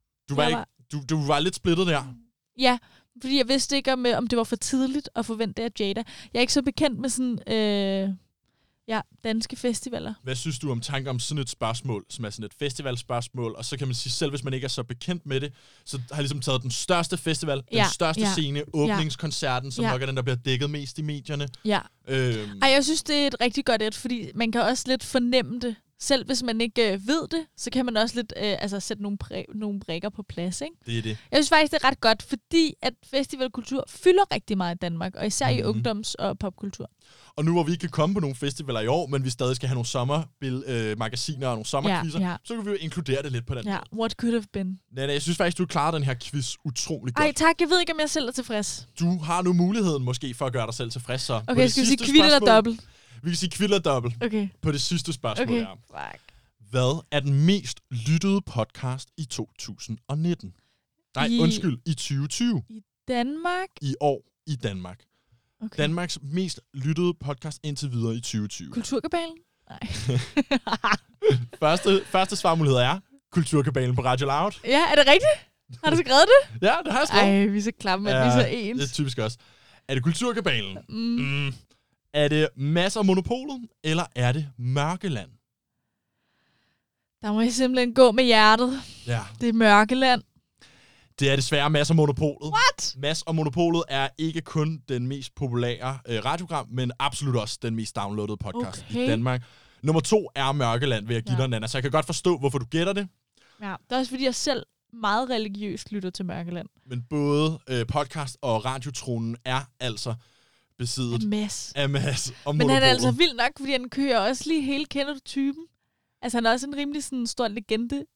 Du var lidt splittet der.
Ja, fordi jeg vidste ikke, om det var for tidligt at forvente af Jada. Jeg er ikke så bekendt med sådan danske festivaler.
Hvad synes du om tanker om sådan et spørgsmål, som er sådan et festivalspørgsmål, og så kan man sige, selv hvis man ikke er så bekendt med det, så har jeg ligesom taget den største festival, den største scene, åbningskoncerten, som nok er den, der bliver dækket mest i medierne.
Ja. Jeg synes, det er et rigtig godt et, fordi man kan også lidt fornemme det. Selv hvis man ikke ved det, så kan man også lidt sætte nogle brikker på plads, ikke?
Det er det.
Jeg synes faktisk, det er ret godt, fordi at festivalkultur fylder rigtig meget i Danmark, og især i ungdoms- og popkultur.
Og nu hvor vi ikke kan komme på nogle festivaler i år, men vi stadig skal have nogle sommermagasiner og nogle sommerquizzer, så kan vi jo inkludere det lidt på den.
Ja, what could have been.
Nana, jeg synes faktisk, du klarer den her quiz utrolig godt.
Ej tak, jeg ved ikke, om jeg selv er tilfreds.
Du har nu muligheden måske for at gøre dig selv tilfres, så.
Okay, skal vi sige kvitt eller dobbelt?
Vi kan sige kvitt eller dobbelt på det sidste spørgsmål her.
Fuck.
Hvad er den mest lyttede podcast i 2019? Nej, undskyld, i 2020.
I Danmark?
I år i Danmark. Okay. Danmarks mest lyttede podcast indtil videre i 2020.
Kulturkabalen? Nej.
første svarmulighed er Kulturkabalen på Radio Loud.
Ja, er det rigtigt? Har du skrevet det?
Ja, det har jeg skrevet.
Ej, vi er så klamme, at vi er så ens.
Det er typisk også. Er det Kulturkabalen? Er det Mads og Monopolet, eller er det Mørkeland?
Der må jeg simpelthen gå med hjertet.
Ja.
Det er Mørkeland.
Det er desværre Mads og Monopolet.
What?
Mads og Monopolet er ikke kun den mest populære radioprogram, men absolut også den mest downloadede podcast i Danmark. Nummer 2 er Mørkeland, vil jeg give dig, Nana. Så jeg kan godt forstå, hvorfor du gætter det. Ja,
det er også fordi, jeg selv meget religiøst lytter til Mørkeland.
Men både podcast og radiotronen er altså besiddet af Mads og Monopolet.
Men han er altså vild nok, fordi han kører også lige hele Kender du typen? Altså han er også en rimelig sådan stor legende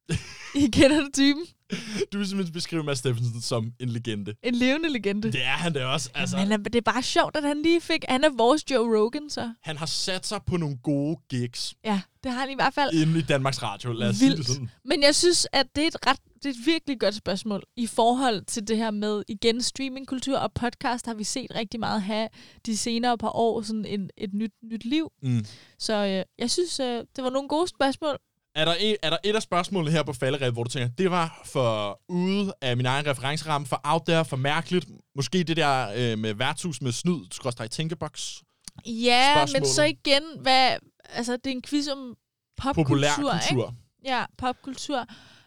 i Kender du typen?
Du vil simpelthen beskrive Mads Steffensen som en legende.
En levende legende.
Det er han da også. Altså.
Jamen, det er bare sjovt, at han lige fik... Han er vores Joe Rogan, så.
Han har sat sig på nogle gode gigs.
Ja, det har han i hvert fald.
Inden i Danmarks Radio, lad os sige det sådan.
Men jeg synes, at det er et virkelig godt spørgsmål i forhold til det her med, igen, streamingkultur og podcast har vi set rigtig meget have de senere par år, sådan et nyt liv. Så jeg synes, det var nogle gode spørgsmål.
Er der et af spørgsmålene her på falderæbet, hvor du tænker, det var for ude af min egen referenceramme, for out there, for mærkeligt? Måske det der med værtshus med snyd, /tænkeboks?
Ja, men så igen, det er en quiz om popkultur,
populærkultur.
Ikke? Ja, popkultur.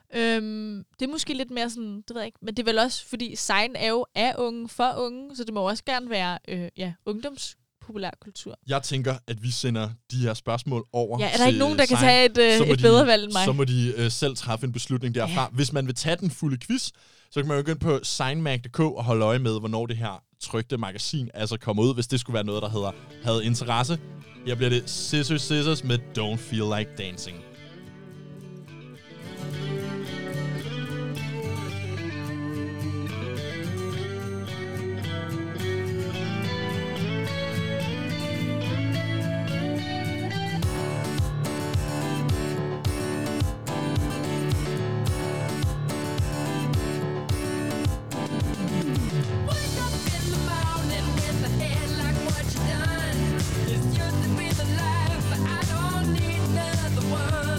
Det er måske lidt mere sådan, det ved jeg ikke, men det er vel også, fordi sign er jo af unge for unge, så det må også gerne være ungdomspopulærkultur.
Jeg tænker, at vi sender de her spørgsmål over.
Ja, er der ikke nogen, der kan tage et bedre valg end mig?
Så må de selv træffe en beslutning derfra. Ja. Hvis man vil tage den fulde quiz, så kan man jo gå ind på signmag.dk og holde øje med, hvornår det her trykte magasin altså kommer ud, hvis det skulle være noget, der havde interesse. Her bliver det Scissors med Don't Feel Like Dancing.
It's just to be the life, I don't need another one.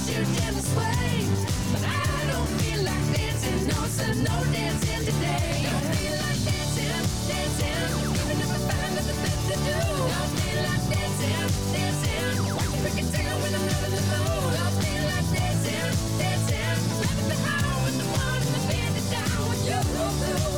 you never sway. But I don't feel like dancing, no, so no dancing today. Don't feel like dancing, dancing, even if I find nothing left to do. Don't feel like dancing, dancing, break it down when I'm not in the mood. Don't feel like dancing, dancing, rather be high with the one and the band it down with your blue.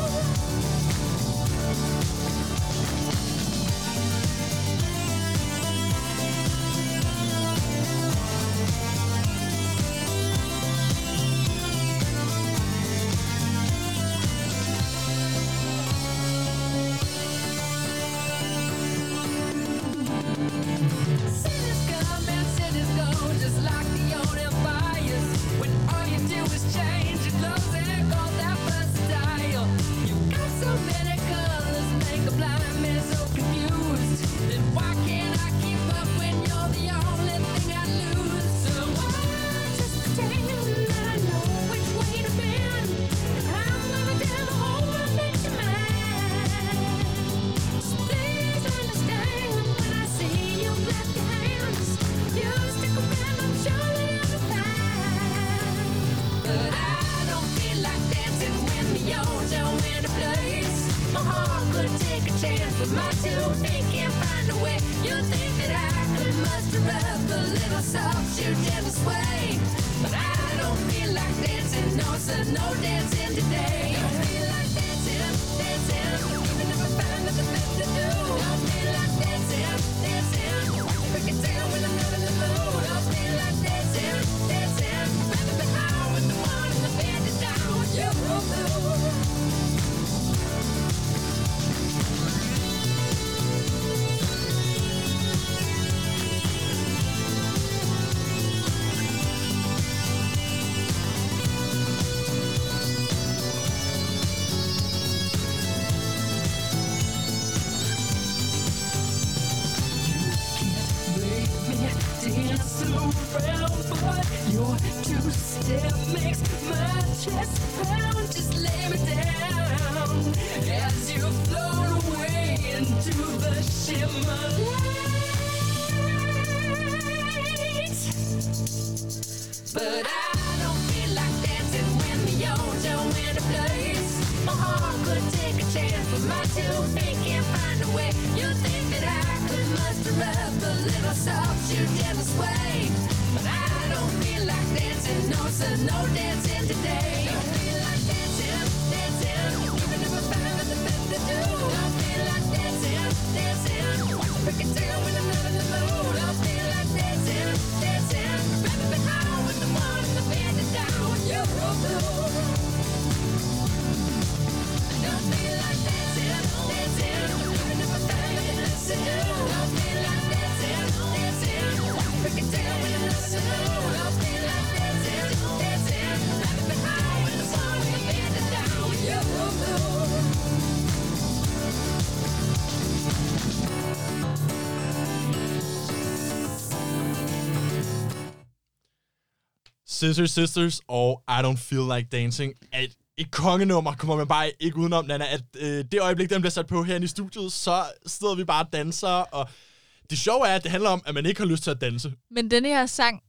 Scissors Sisters og I Don't Feel Like Dancing er et kongenummer, kommer man bare ikke udenom, Nana, at det øjeblik, den bliver sat på herinde i studiet, så sidder vi bare og danser, og det sjove er, at det handler om, at man ikke har lyst til at danse.
Men denne her sang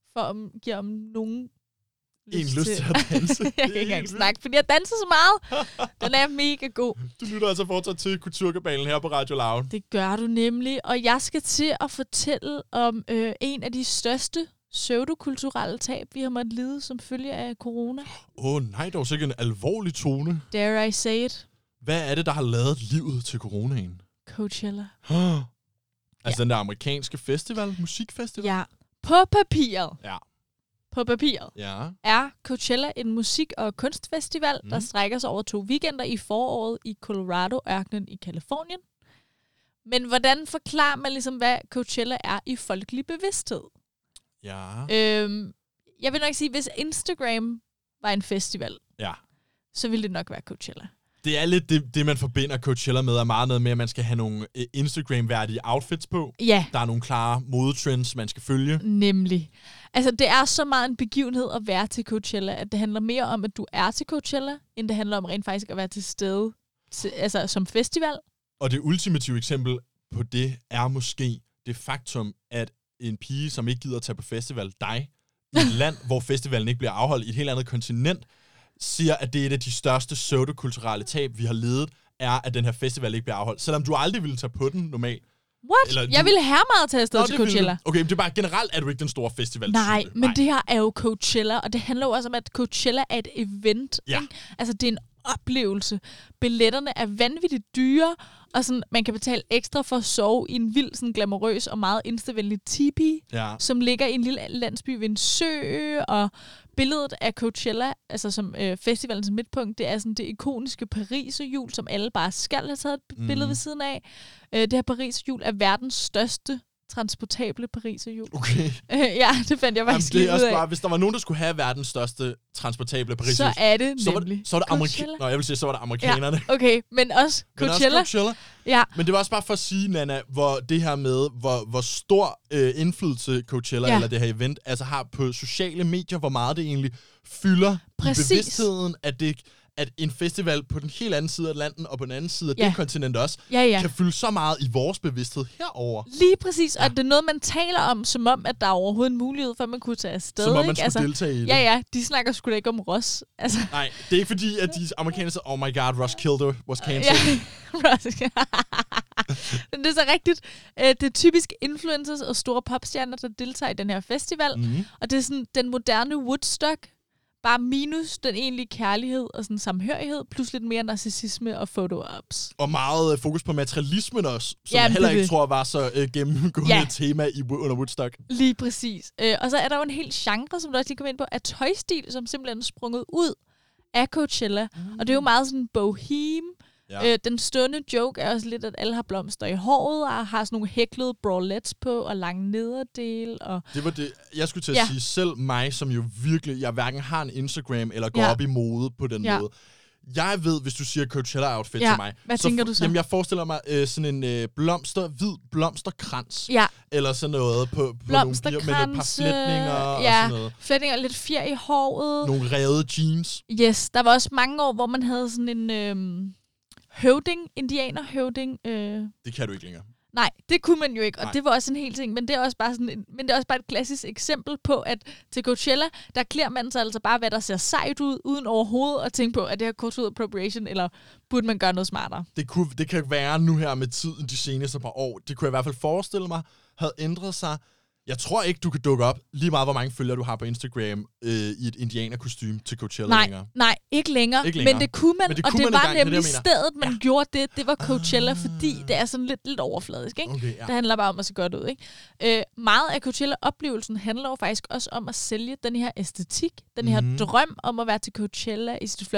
giver om nogen
lyst til at danse.
Jeg kan ikke engang snakke, fordi jeg danser så meget. Den er mega god.
Du lytter altså fortsat til Kulturkabalen her på Radio Loud.
Det gør du nemlig, og jeg skal til at fortælle om en af de største pseudokulturelle tab, vi har måttet lide som følge af corona.
Nej, dog sikkert en alvorlig tone.
Dare I say it?
Hvad er det, der har lavet livet til coronaen?
Coachella.
Altså den der amerikanske festival, musikfestival?
Ja, på papiret.
Ja.
På papiret er Coachella en musik- og kunstfestival, der strækker sig over 2 weekender i foråret i Colorado-ørkenen i Kalifornien. Men hvordan forklarer man ligesom, hvad Coachella er i folkelig bevidsthed?
Ja.
Jeg vil nok sige, hvis Instagram var en festival, så ville det nok være Coachella.
Det er lidt det, man forbinder Coachella med, er meget noget med, at man skal have nogle Instagram-værdige outfits på.
Ja.
Der er nogle klare modetrends, man skal følge.
Nemlig. Altså, det er så meget en begivenhed at være til Coachella, at det handler mere om, at du er til Coachella, end det handler om rent faktisk at være til stede altså, som festival.
Og det ultimative eksempel på det er måske det faktum, at en pige, som ikke gider at tage på festival, dig, i et land, hvor festivalen ikke bliver afholdt, i et helt andet kontinent, siger, at det er et af de største pseudokulturelle tab, vi har ledet, er, at den her festival ikke bliver afholdt. Selvom du aldrig ville tage på den normalt.
What? Jeg ville have meget tage afsted til Coachella.
Okay, men det er bare generelt, er du ikke den store festival.
Nej, men det her er jo Coachella, og det handler jo også om, at Coachella er et event.
Ja.
Ikke? Altså, det er en oplevelse. Billetterne er vanvittigt dyre, og sådan, man kan betale ekstra for at sove i en vild, sådan glamourøs og meget instavenlig tipi, som ligger i en lille landsby ved en sø, og billedet af Coachella, altså som festivalens midtpunkt, det er sådan det ikoniske Pariserhjul, som alle bare skal have taget et billede ved siden af. Det her Pariserhjul er verdens største transportable Pariserhjul.
Okay.
Ja, det fandt jeg faktisk lige ud af.
Bare, hvis der var nogen, der skulle have verdens største transportable Pariserhjul,
så er det nemlig
så var det amerikanerne.
Ja, okay, men også Coachella. Ja.
Men det var også bare for at sige, Nana, hvor det her med, hvor stor indflydelse Coachella eller det her event altså har på sociale medier, hvor meget det egentlig fylder i bevidstheden, at en festival på den helt anden side af Atlanten og på den anden side af det kontinent også, kan fylde så meget i vores bevidsthed herover.
Lige præcis, og det er noget, man taler om, som om, at der er overhovedet en mulighed for, at man kunne tage afsted.
Som om man skulle deltage i det.
Ja, de snakker sgu da ikke om Ross. Altså.
Nej, det er ikke fordi, at de amerikanere siger, oh my god, Ross Kilder was cancelled.
Men det er så rigtigt. Det er typisk influencers og store popstjerner, der deltager i den her festival. Og det er sådan den moderne Woodstock, bare minus den egentlige kærlighed og sådan samhørighed, plus lidt mere narcissisme og photo-ops.
Og meget fokus på materialismen også, som jeg heller ikke tror var så gennemgående tema under Woodstock.
Lige præcis. Og så er der jo en hel genre, som du også lige kom ind på, af tøjstil, som simpelthen er sprunget ud af Coachella. Og det er jo meget sådan bohem. Ja. Den stående joke er også lidt, at alle har blomster i håret, og har sådan nogle hæklede bralettes på, og lange nederdel. Og
det var det, jeg skulle til at sige. Selv mig, som jo virkelig, jeg hverken har en Instagram, eller går op i mode på den måde. Jeg ved, hvis du siger Coachella-outfit til mig.
Hvad tænker du så? Jamen,
jeg forestiller mig sådan en hvid blomsterkrans.
Ja.
Eller sådan noget på nogle bier med et par flætninger og sådan noget.
Flætninger, lidt fjer i håret.
Nogle revede jeans.
Yes, der var også mange år, hvor man havde sådan en indianerhøvding.
Det kan du ikke længere.
Nej, det kunne man jo ikke, og det var også en hel ting, men det er også bare et klassisk eksempel på, at til Coachella, der klæder man sig altså bare, hvad der ser sejt ud, uden overhovedet at tænke på, at det her kulturel appropriation, eller burde man gøre noget smartere?
Det kan være nu her med tiden de seneste par år. Det kunne jeg i hvert fald forestille mig, havde ændret sig. Jeg tror ikke, du kan dukke op lige meget, hvor mange følgere du har på Instagram i et indianerkostume til Coachella længere. Nej,
ikke længere. Men det kunne man, og det var nemlig stedet, man gjorde det. Det var Coachella, fordi det er sådan lidt overfladisk, ikke? Okay, det handler bare om at se godt ud, ikke? Meget af Coachella-oplevelsen handler jo faktisk også om at sælge den her æstetik, den her drøm om at være til Coachella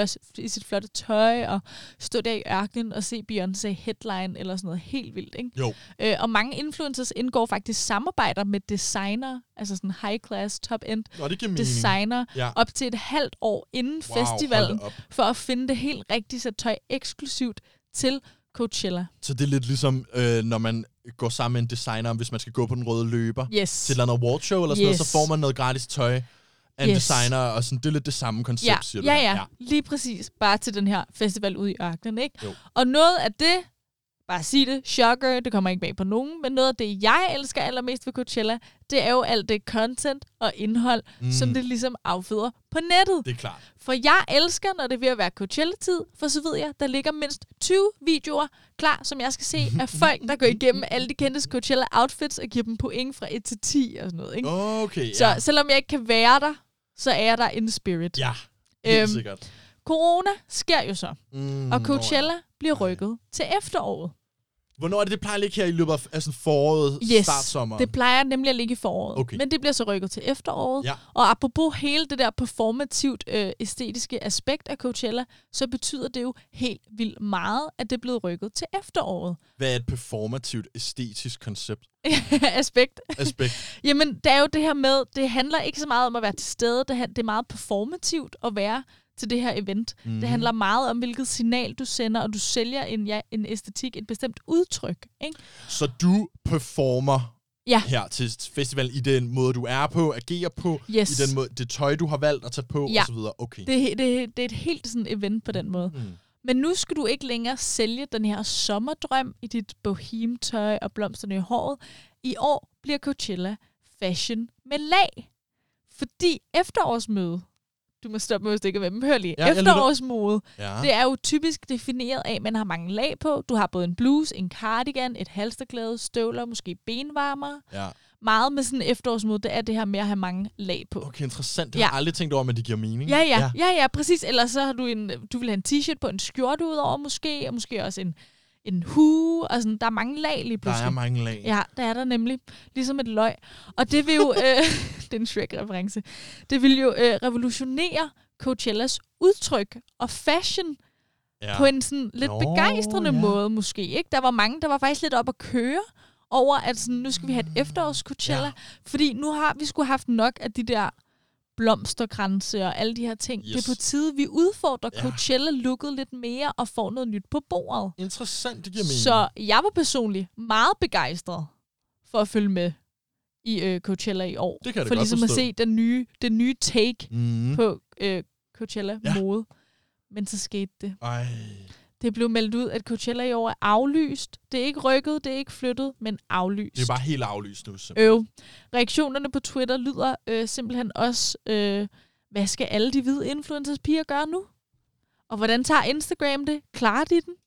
i sit flotte tøj, og stå der i ørkenen og se Beyoncé headline eller sådan noget helt vildt, ikke?
Jo.
Og mange influencers indgår faktisk samarbejder med designer, altså sådan high-class, top-end designer, op til et halvt år inden festivalen, for at finde det helt rigtige sæt tøj eksklusivt til Coachella.
Så det er lidt ligesom, når man går sammen med en designer, hvis man skal gå på den røde løber til et eller andet awardshow eller sådan noget, så får man noget gratis tøj af en designer, og sådan, det er lidt det samme koncept, siger du.
Ja, lige præcis. Bare til den her festival ude i ørkenen, ikke? Jo. Og noget af det, bare sig det, shocker, det kommer ikke bag på nogen, men noget af det, jeg elsker allermest ved Coachella, det er jo alt det content og indhold, som det ligesom afføder på nettet.
Det er klart.
For jeg elsker, når det er ved at være Coachella-tid, for så ved jeg, der ligger mindst 20 videoer klar, som jeg skal se, af folk, der går igennem alle de kendte Coachella-outfits og giver dem point fra 1 til 10 og sådan noget, ikke?
Okay,
så selvom jeg ikke kan være der, så er jeg der in spirit.
Ja, helt sikkert.
Corona sker jo så, og Coachella bliver rykket til efteråret.
Hvornår er det? Det plejer at ligge her i løbet af sådan foråret, startsommeren?
Det plejer nemlig at ligge i foråret.
Okay.
Men det bliver så rykket til efteråret. Ja. Og apropos hele det der performativt æstetiske aspekt af Coachella, så betyder det jo helt vildt meget, at det er blevet rykket til efteråret.
Hvad er et performativt æstetisk koncept?
Aspekt. Jamen, det er jo det her med, det handler ikke så meget om at være til stede, det er meget performativt at være til det her event. Det handler meget om, hvilket signal du sender, og du sælger en æstetik, et bestemt udtryk, ikke?
Så du performer her til festivalen i den måde, du er på, agerer på, i den måde, det tøj, du har valgt at tage på, og så videre. Okay.
Det er et helt sådan event på den måde. Men nu skal du ikke længere sælge den her sommerdrøm i dit bohemtøj og blomsterne i håret. I år bliver Coachella fashion med lag. Fordi efterårsmøde, du må stoppe med, hvis det ikke er medhørlig.
Ja,
Efterårsmode,
Ja.
det er jo typisk defineret af, at man har mange lag på. Du har både en bluse, en cardigan, et halsterklæde, støvler, måske benvarmere.
Ja.
Meget med sådan en efterårsmode, det er det her med at have mange lag på.
Okay, interessant. Det har jeg aldrig tænkt over, men det giver mening.
Ja, præcis. Ellers så har du vil have en t-shirt på, en skjorte ud over måske, og måske også en hue, og sådan, der er mange lag lige pludselig.
Der er mange lag.
Ja, der er der nemlig. Ligesom et løg. Og det vil jo, det er en Shrek-reference, det vil jo revolutionere Coachellas udtryk og fashion på en sådan lidt begejstrende måde måske. Ikke? Der var mange, der var faktisk lidt op at køre over, at sådan, nu skal vi have et efterårs Coachella, fordi nu har vi skulle haft nok af de der blomsterkranse og alle de her ting. Det er på tide, vi udfordrer Coachella-looket lidt mere og får noget nyt på bordet.
Interessant, det giver mening.
Så jeg var personligt meget begejstret for at følge med i Coachella i år.
Det kan jeg
for
godt
ligesom
forstå.
at se den nye take på Coachella-mode. Men så skete det.
Ej.
Det blev meldt ud, at Coachella i år er aflyst. Det er ikke rykket, det er ikke flyttet, men aflyst.
Det er bare helt aflyst nu.
Reaktionerne på Twitter lyder simpelthen også, hvad skal alle de hvide influencers piger gøre nu? Og hvordan tager Instagram det? Klarer de den?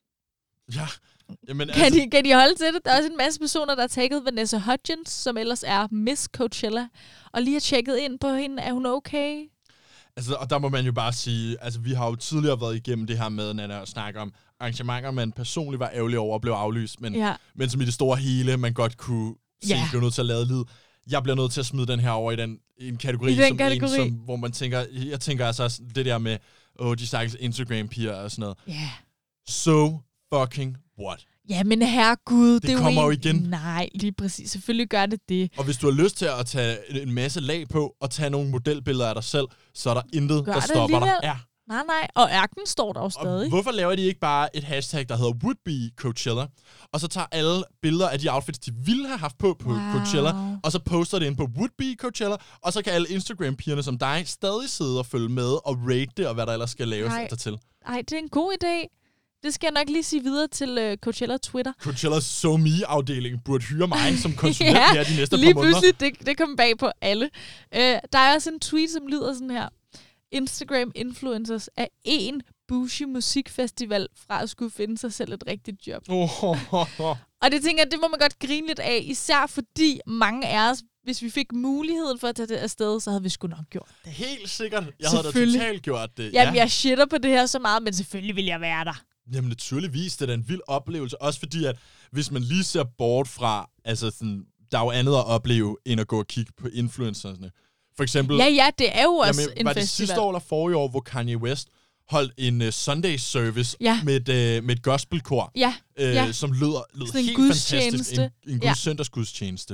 Ja. Jamen,
Kan de holde til det? Der er også en masse personer, der har tagget Vanessa Hudgens, som ellers er Miss Coachella, og lige har tjekket ind på hende. Er hun okay?
Altså, og der må man jo bare sige, altså vi har jo tidligere været igennem det her med, Nana, at snakke om arrangementer, man personligt var ærgerlig over at blive aflyst, men som i det store hele, man godt kunne se, blev nødt til at lade lid. Jeg bliver nødt til at smide den her over i en kategori, hvor man tænker, jeg tænker altså det der med, de stakkels Instagram-piger og sådan noget.
Ja.
So fucking what?
Ja, men herregud.
Det kommer jo igen.
Nej, lige præcis. Selvfølgelig gør det det.
Og hvis du har lyst til at tage en masse lag på, og tage nogle modelbilleder af dig selv, så er der intet, der stopper dig. Ja.
Nej. Og ærken står der jo stadig.
Og hvorfor laver de ikke bare et hashtag, der hedder Would-Be Coachella, og så tager alle billeder af de outfits, de ville have haft på Coachella, og så poster det ind på Would-Be Coachella, og så kan alle Instagram-pigerne som dig stadig sidde og følge med og rate det, og hvad der ellers skal laves dertil.
Nej, det er en god idé. Det skal jeg nok lige sige videre til Coachella Twitter.
Coachellas SoMe-afdeling burde hyre mig som konsulent her de næste
lige
par måneder.
pludselig, det kom bag på alle. Der er også en tweet, som lyder sådan her. Instagram influencers er en bougie musikfestival fra at skulle finde sig selv et rigtigt job. Og det tænker jeg, det må man godt grine lidt af, især fordi mange af os, hvis vi fik muligheden for at tage det afsted, så havde vi sgu nok gjort det.
Helt sikkert. Jeg havde da totalt gjort det.
Jamen, jeg shitter på det her så meget, men selvfølgelig vil jeg være der.
Jamen naturligvis, det er da en vild oplevelse. Også fordi, at hvis man lige ser bort fra, altså sådan, der er jo andet at opleve, end at gå og kigge på influencersne. For eksempel...
Ja, det er jo også en festival.
Var det sidste år eller forrige år, hvor Kanye West holdt en Sunday service med et gospelkor, som lød helt fantastisk. En god søndagsgudstjeneste.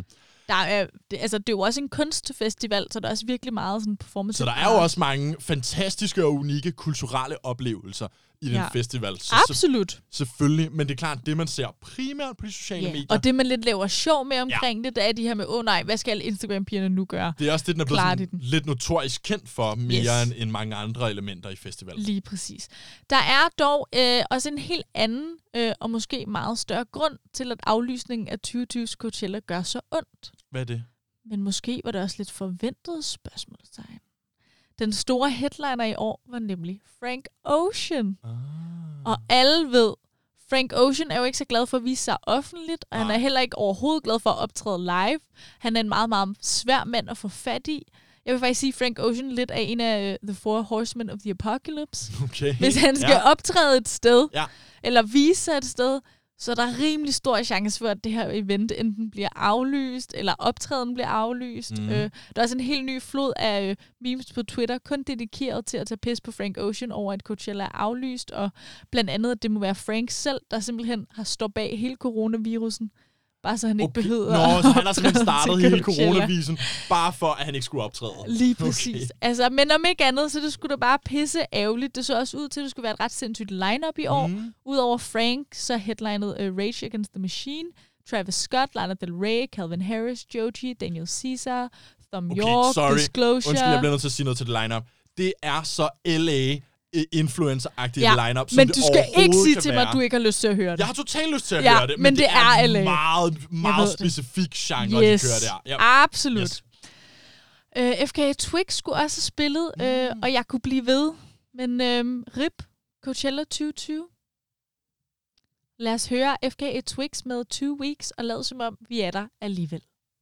Det er jo også en kunstfestival, så der er også virkelig meget sådan performance.
Så der er jo også mange fantastiske og unikke kulturelle oplevelser i den festival. Så
absolut.
Selvfølgelig, men det er klart, det man ser primært på de sociale medier.
Og det man lidt laver sjov med omkring det er de her med, nej, hvad skal alle Instagram-pigerne nu gøre?
Det er også det, den er blevet sådan lidt notorisk kendt for, mere end mange andre elementer i festivalen.
Lige præcis. Der er dog også en helt anden og måske meget større grund til, at aflysningen af 2020's Coachella gør så ondt.
Hvad er det?
Men måske var det også lidt forventet spørgsmålstegn. Den store headliner i år var nemlig Frank Ocean. Og alle ved, Frank Ocean er jo ikke så glad for at vise sig offentligt, og han er heller ikke overhovedet glad for at optræde live. Han er en meget, meget svær mand at få fat i. Jeg vil faktisk sige, Frank Ocean lidt af en af The Four Horsemen of the Apocalypse.
Okay.
Hvis han skal optræde et sted, eller vise sig et sted, så er der rimelig stor chance for, at det her event enten bliver aflyst, eller optræden bliver aflyst. Der er også en helt ny flod af memes på Twitter, kun dedikeret til at tage pis på Frank Ocean over, at Coachella er aflyst, og blandt andet, at det må være Frank selv, der simpelthen har stået bag hele coronavirusen. Bare så han ikke behøver
så han har simpelthen startet hele coronavisen, bare for, at han ikke skulle optræde.
Lige præcis. Okay. Altså, men om ikke andet, så det skulle da bare pisse ærgerligt. Det så også ud til, at det skulle være et ret sindssygt line-up i år. Udover Frank, så headlinede Rage Against the Machine, Travis Scott, Lana Del Rey, Calvin Harris, Joji, Daniel Caesar, Thom Yorke, Disclosure.
Undskyld, jeg bliver nødt til at sige noget til det line-up. Det er så LA influencer-agtigt line-up, som
men
det
du skal ikke sige til mig,
være.
at du ikke har lyst til at høre det.
Jeg har totalt lyst til at høre det,
men det er LA.
meget specifik genre, de kører der.
Absolut. FKA Twigs skulle også have spillet, og jeg kunne blive ved. Men RIP Coachella 2020. Lad os høre FKA Twigs med 2 Weeks, og lad som om, vi er der alligevel.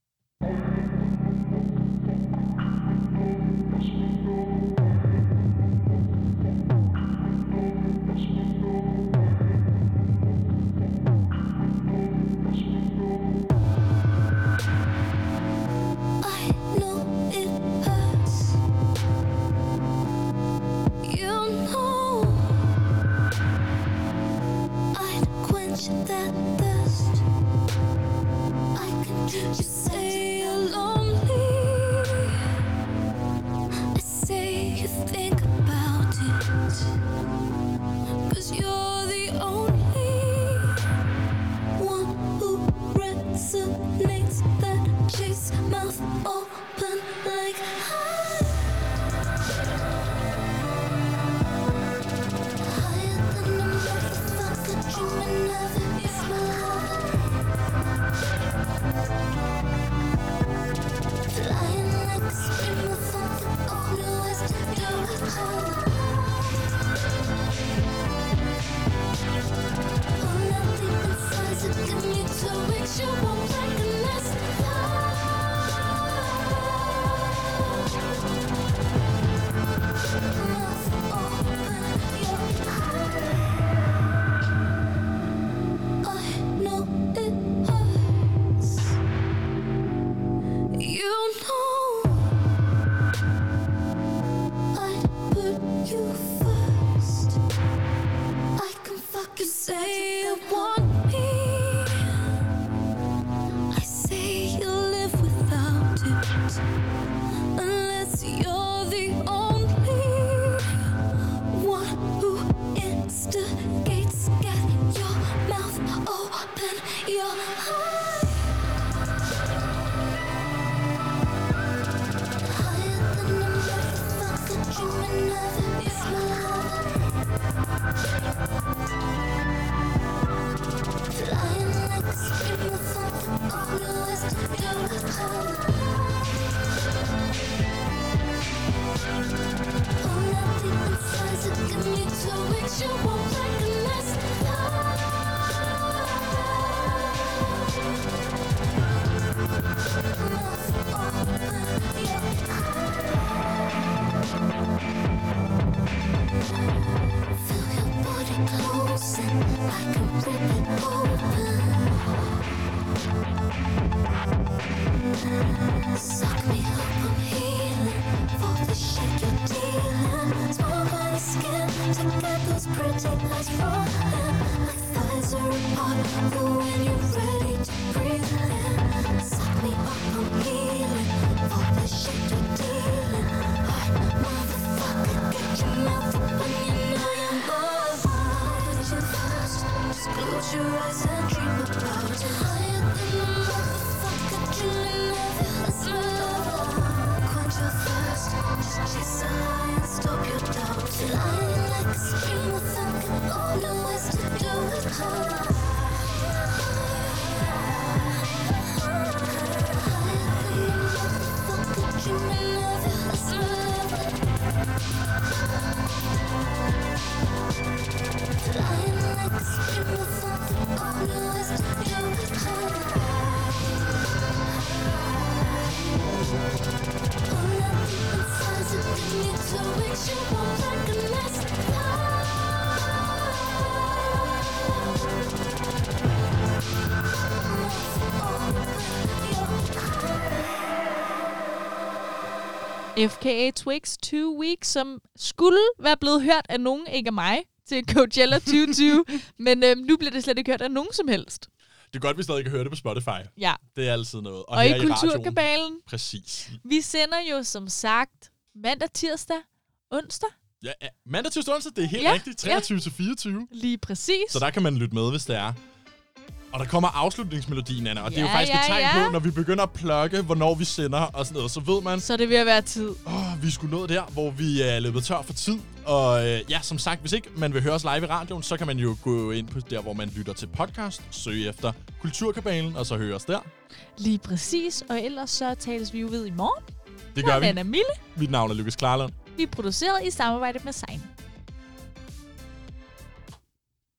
That thirst, I can just say you're lonely. I say you think about it, 'cause you're the only one who resonates. That chase mouth open like
FKA Twigs 2 Weeks, som skulle være blevet hørt af nogen, ikke af mig, til Coachella 2020, men nu bliver det slet ikke hørt af nogen som helst.
Det er godt, vi stadig kan høre det på Spotify.
Ja.
Det er altid noget.
Og i Kulturkabalen.
Præcis.
Vi sender jo som sagt mandag, tirsdag, onsdag.
Ja, mandag, tirsdag, onsdag, det er helt rigtigt. 23 til 24.
Lige præcis.
Så der kan man lytte med, hvis det er. Og der kommer afslutningsmelodien, Anna, og det er jo faktisk et tegn på, når vi begynder at plukke, hvornår vi sender og sådan noget, så ved man...
Så er det ved at være tid.
Vi skulle nå der, hvor vi er løbet tør for tid. Og som sagt, hvis ikke man vil høre os live i radioen, så kan man jo gå ind på der, hvor man lytter til podcast, søge efter Kulturkabalen, og så høre os der.
Lige præcis, og ellers så tales vi jo ved i morgen.
Det gør vi.
Anna Mille.
Mit navn er Lukas Klarlund.
Vi er produceret i samarbejde med Sein.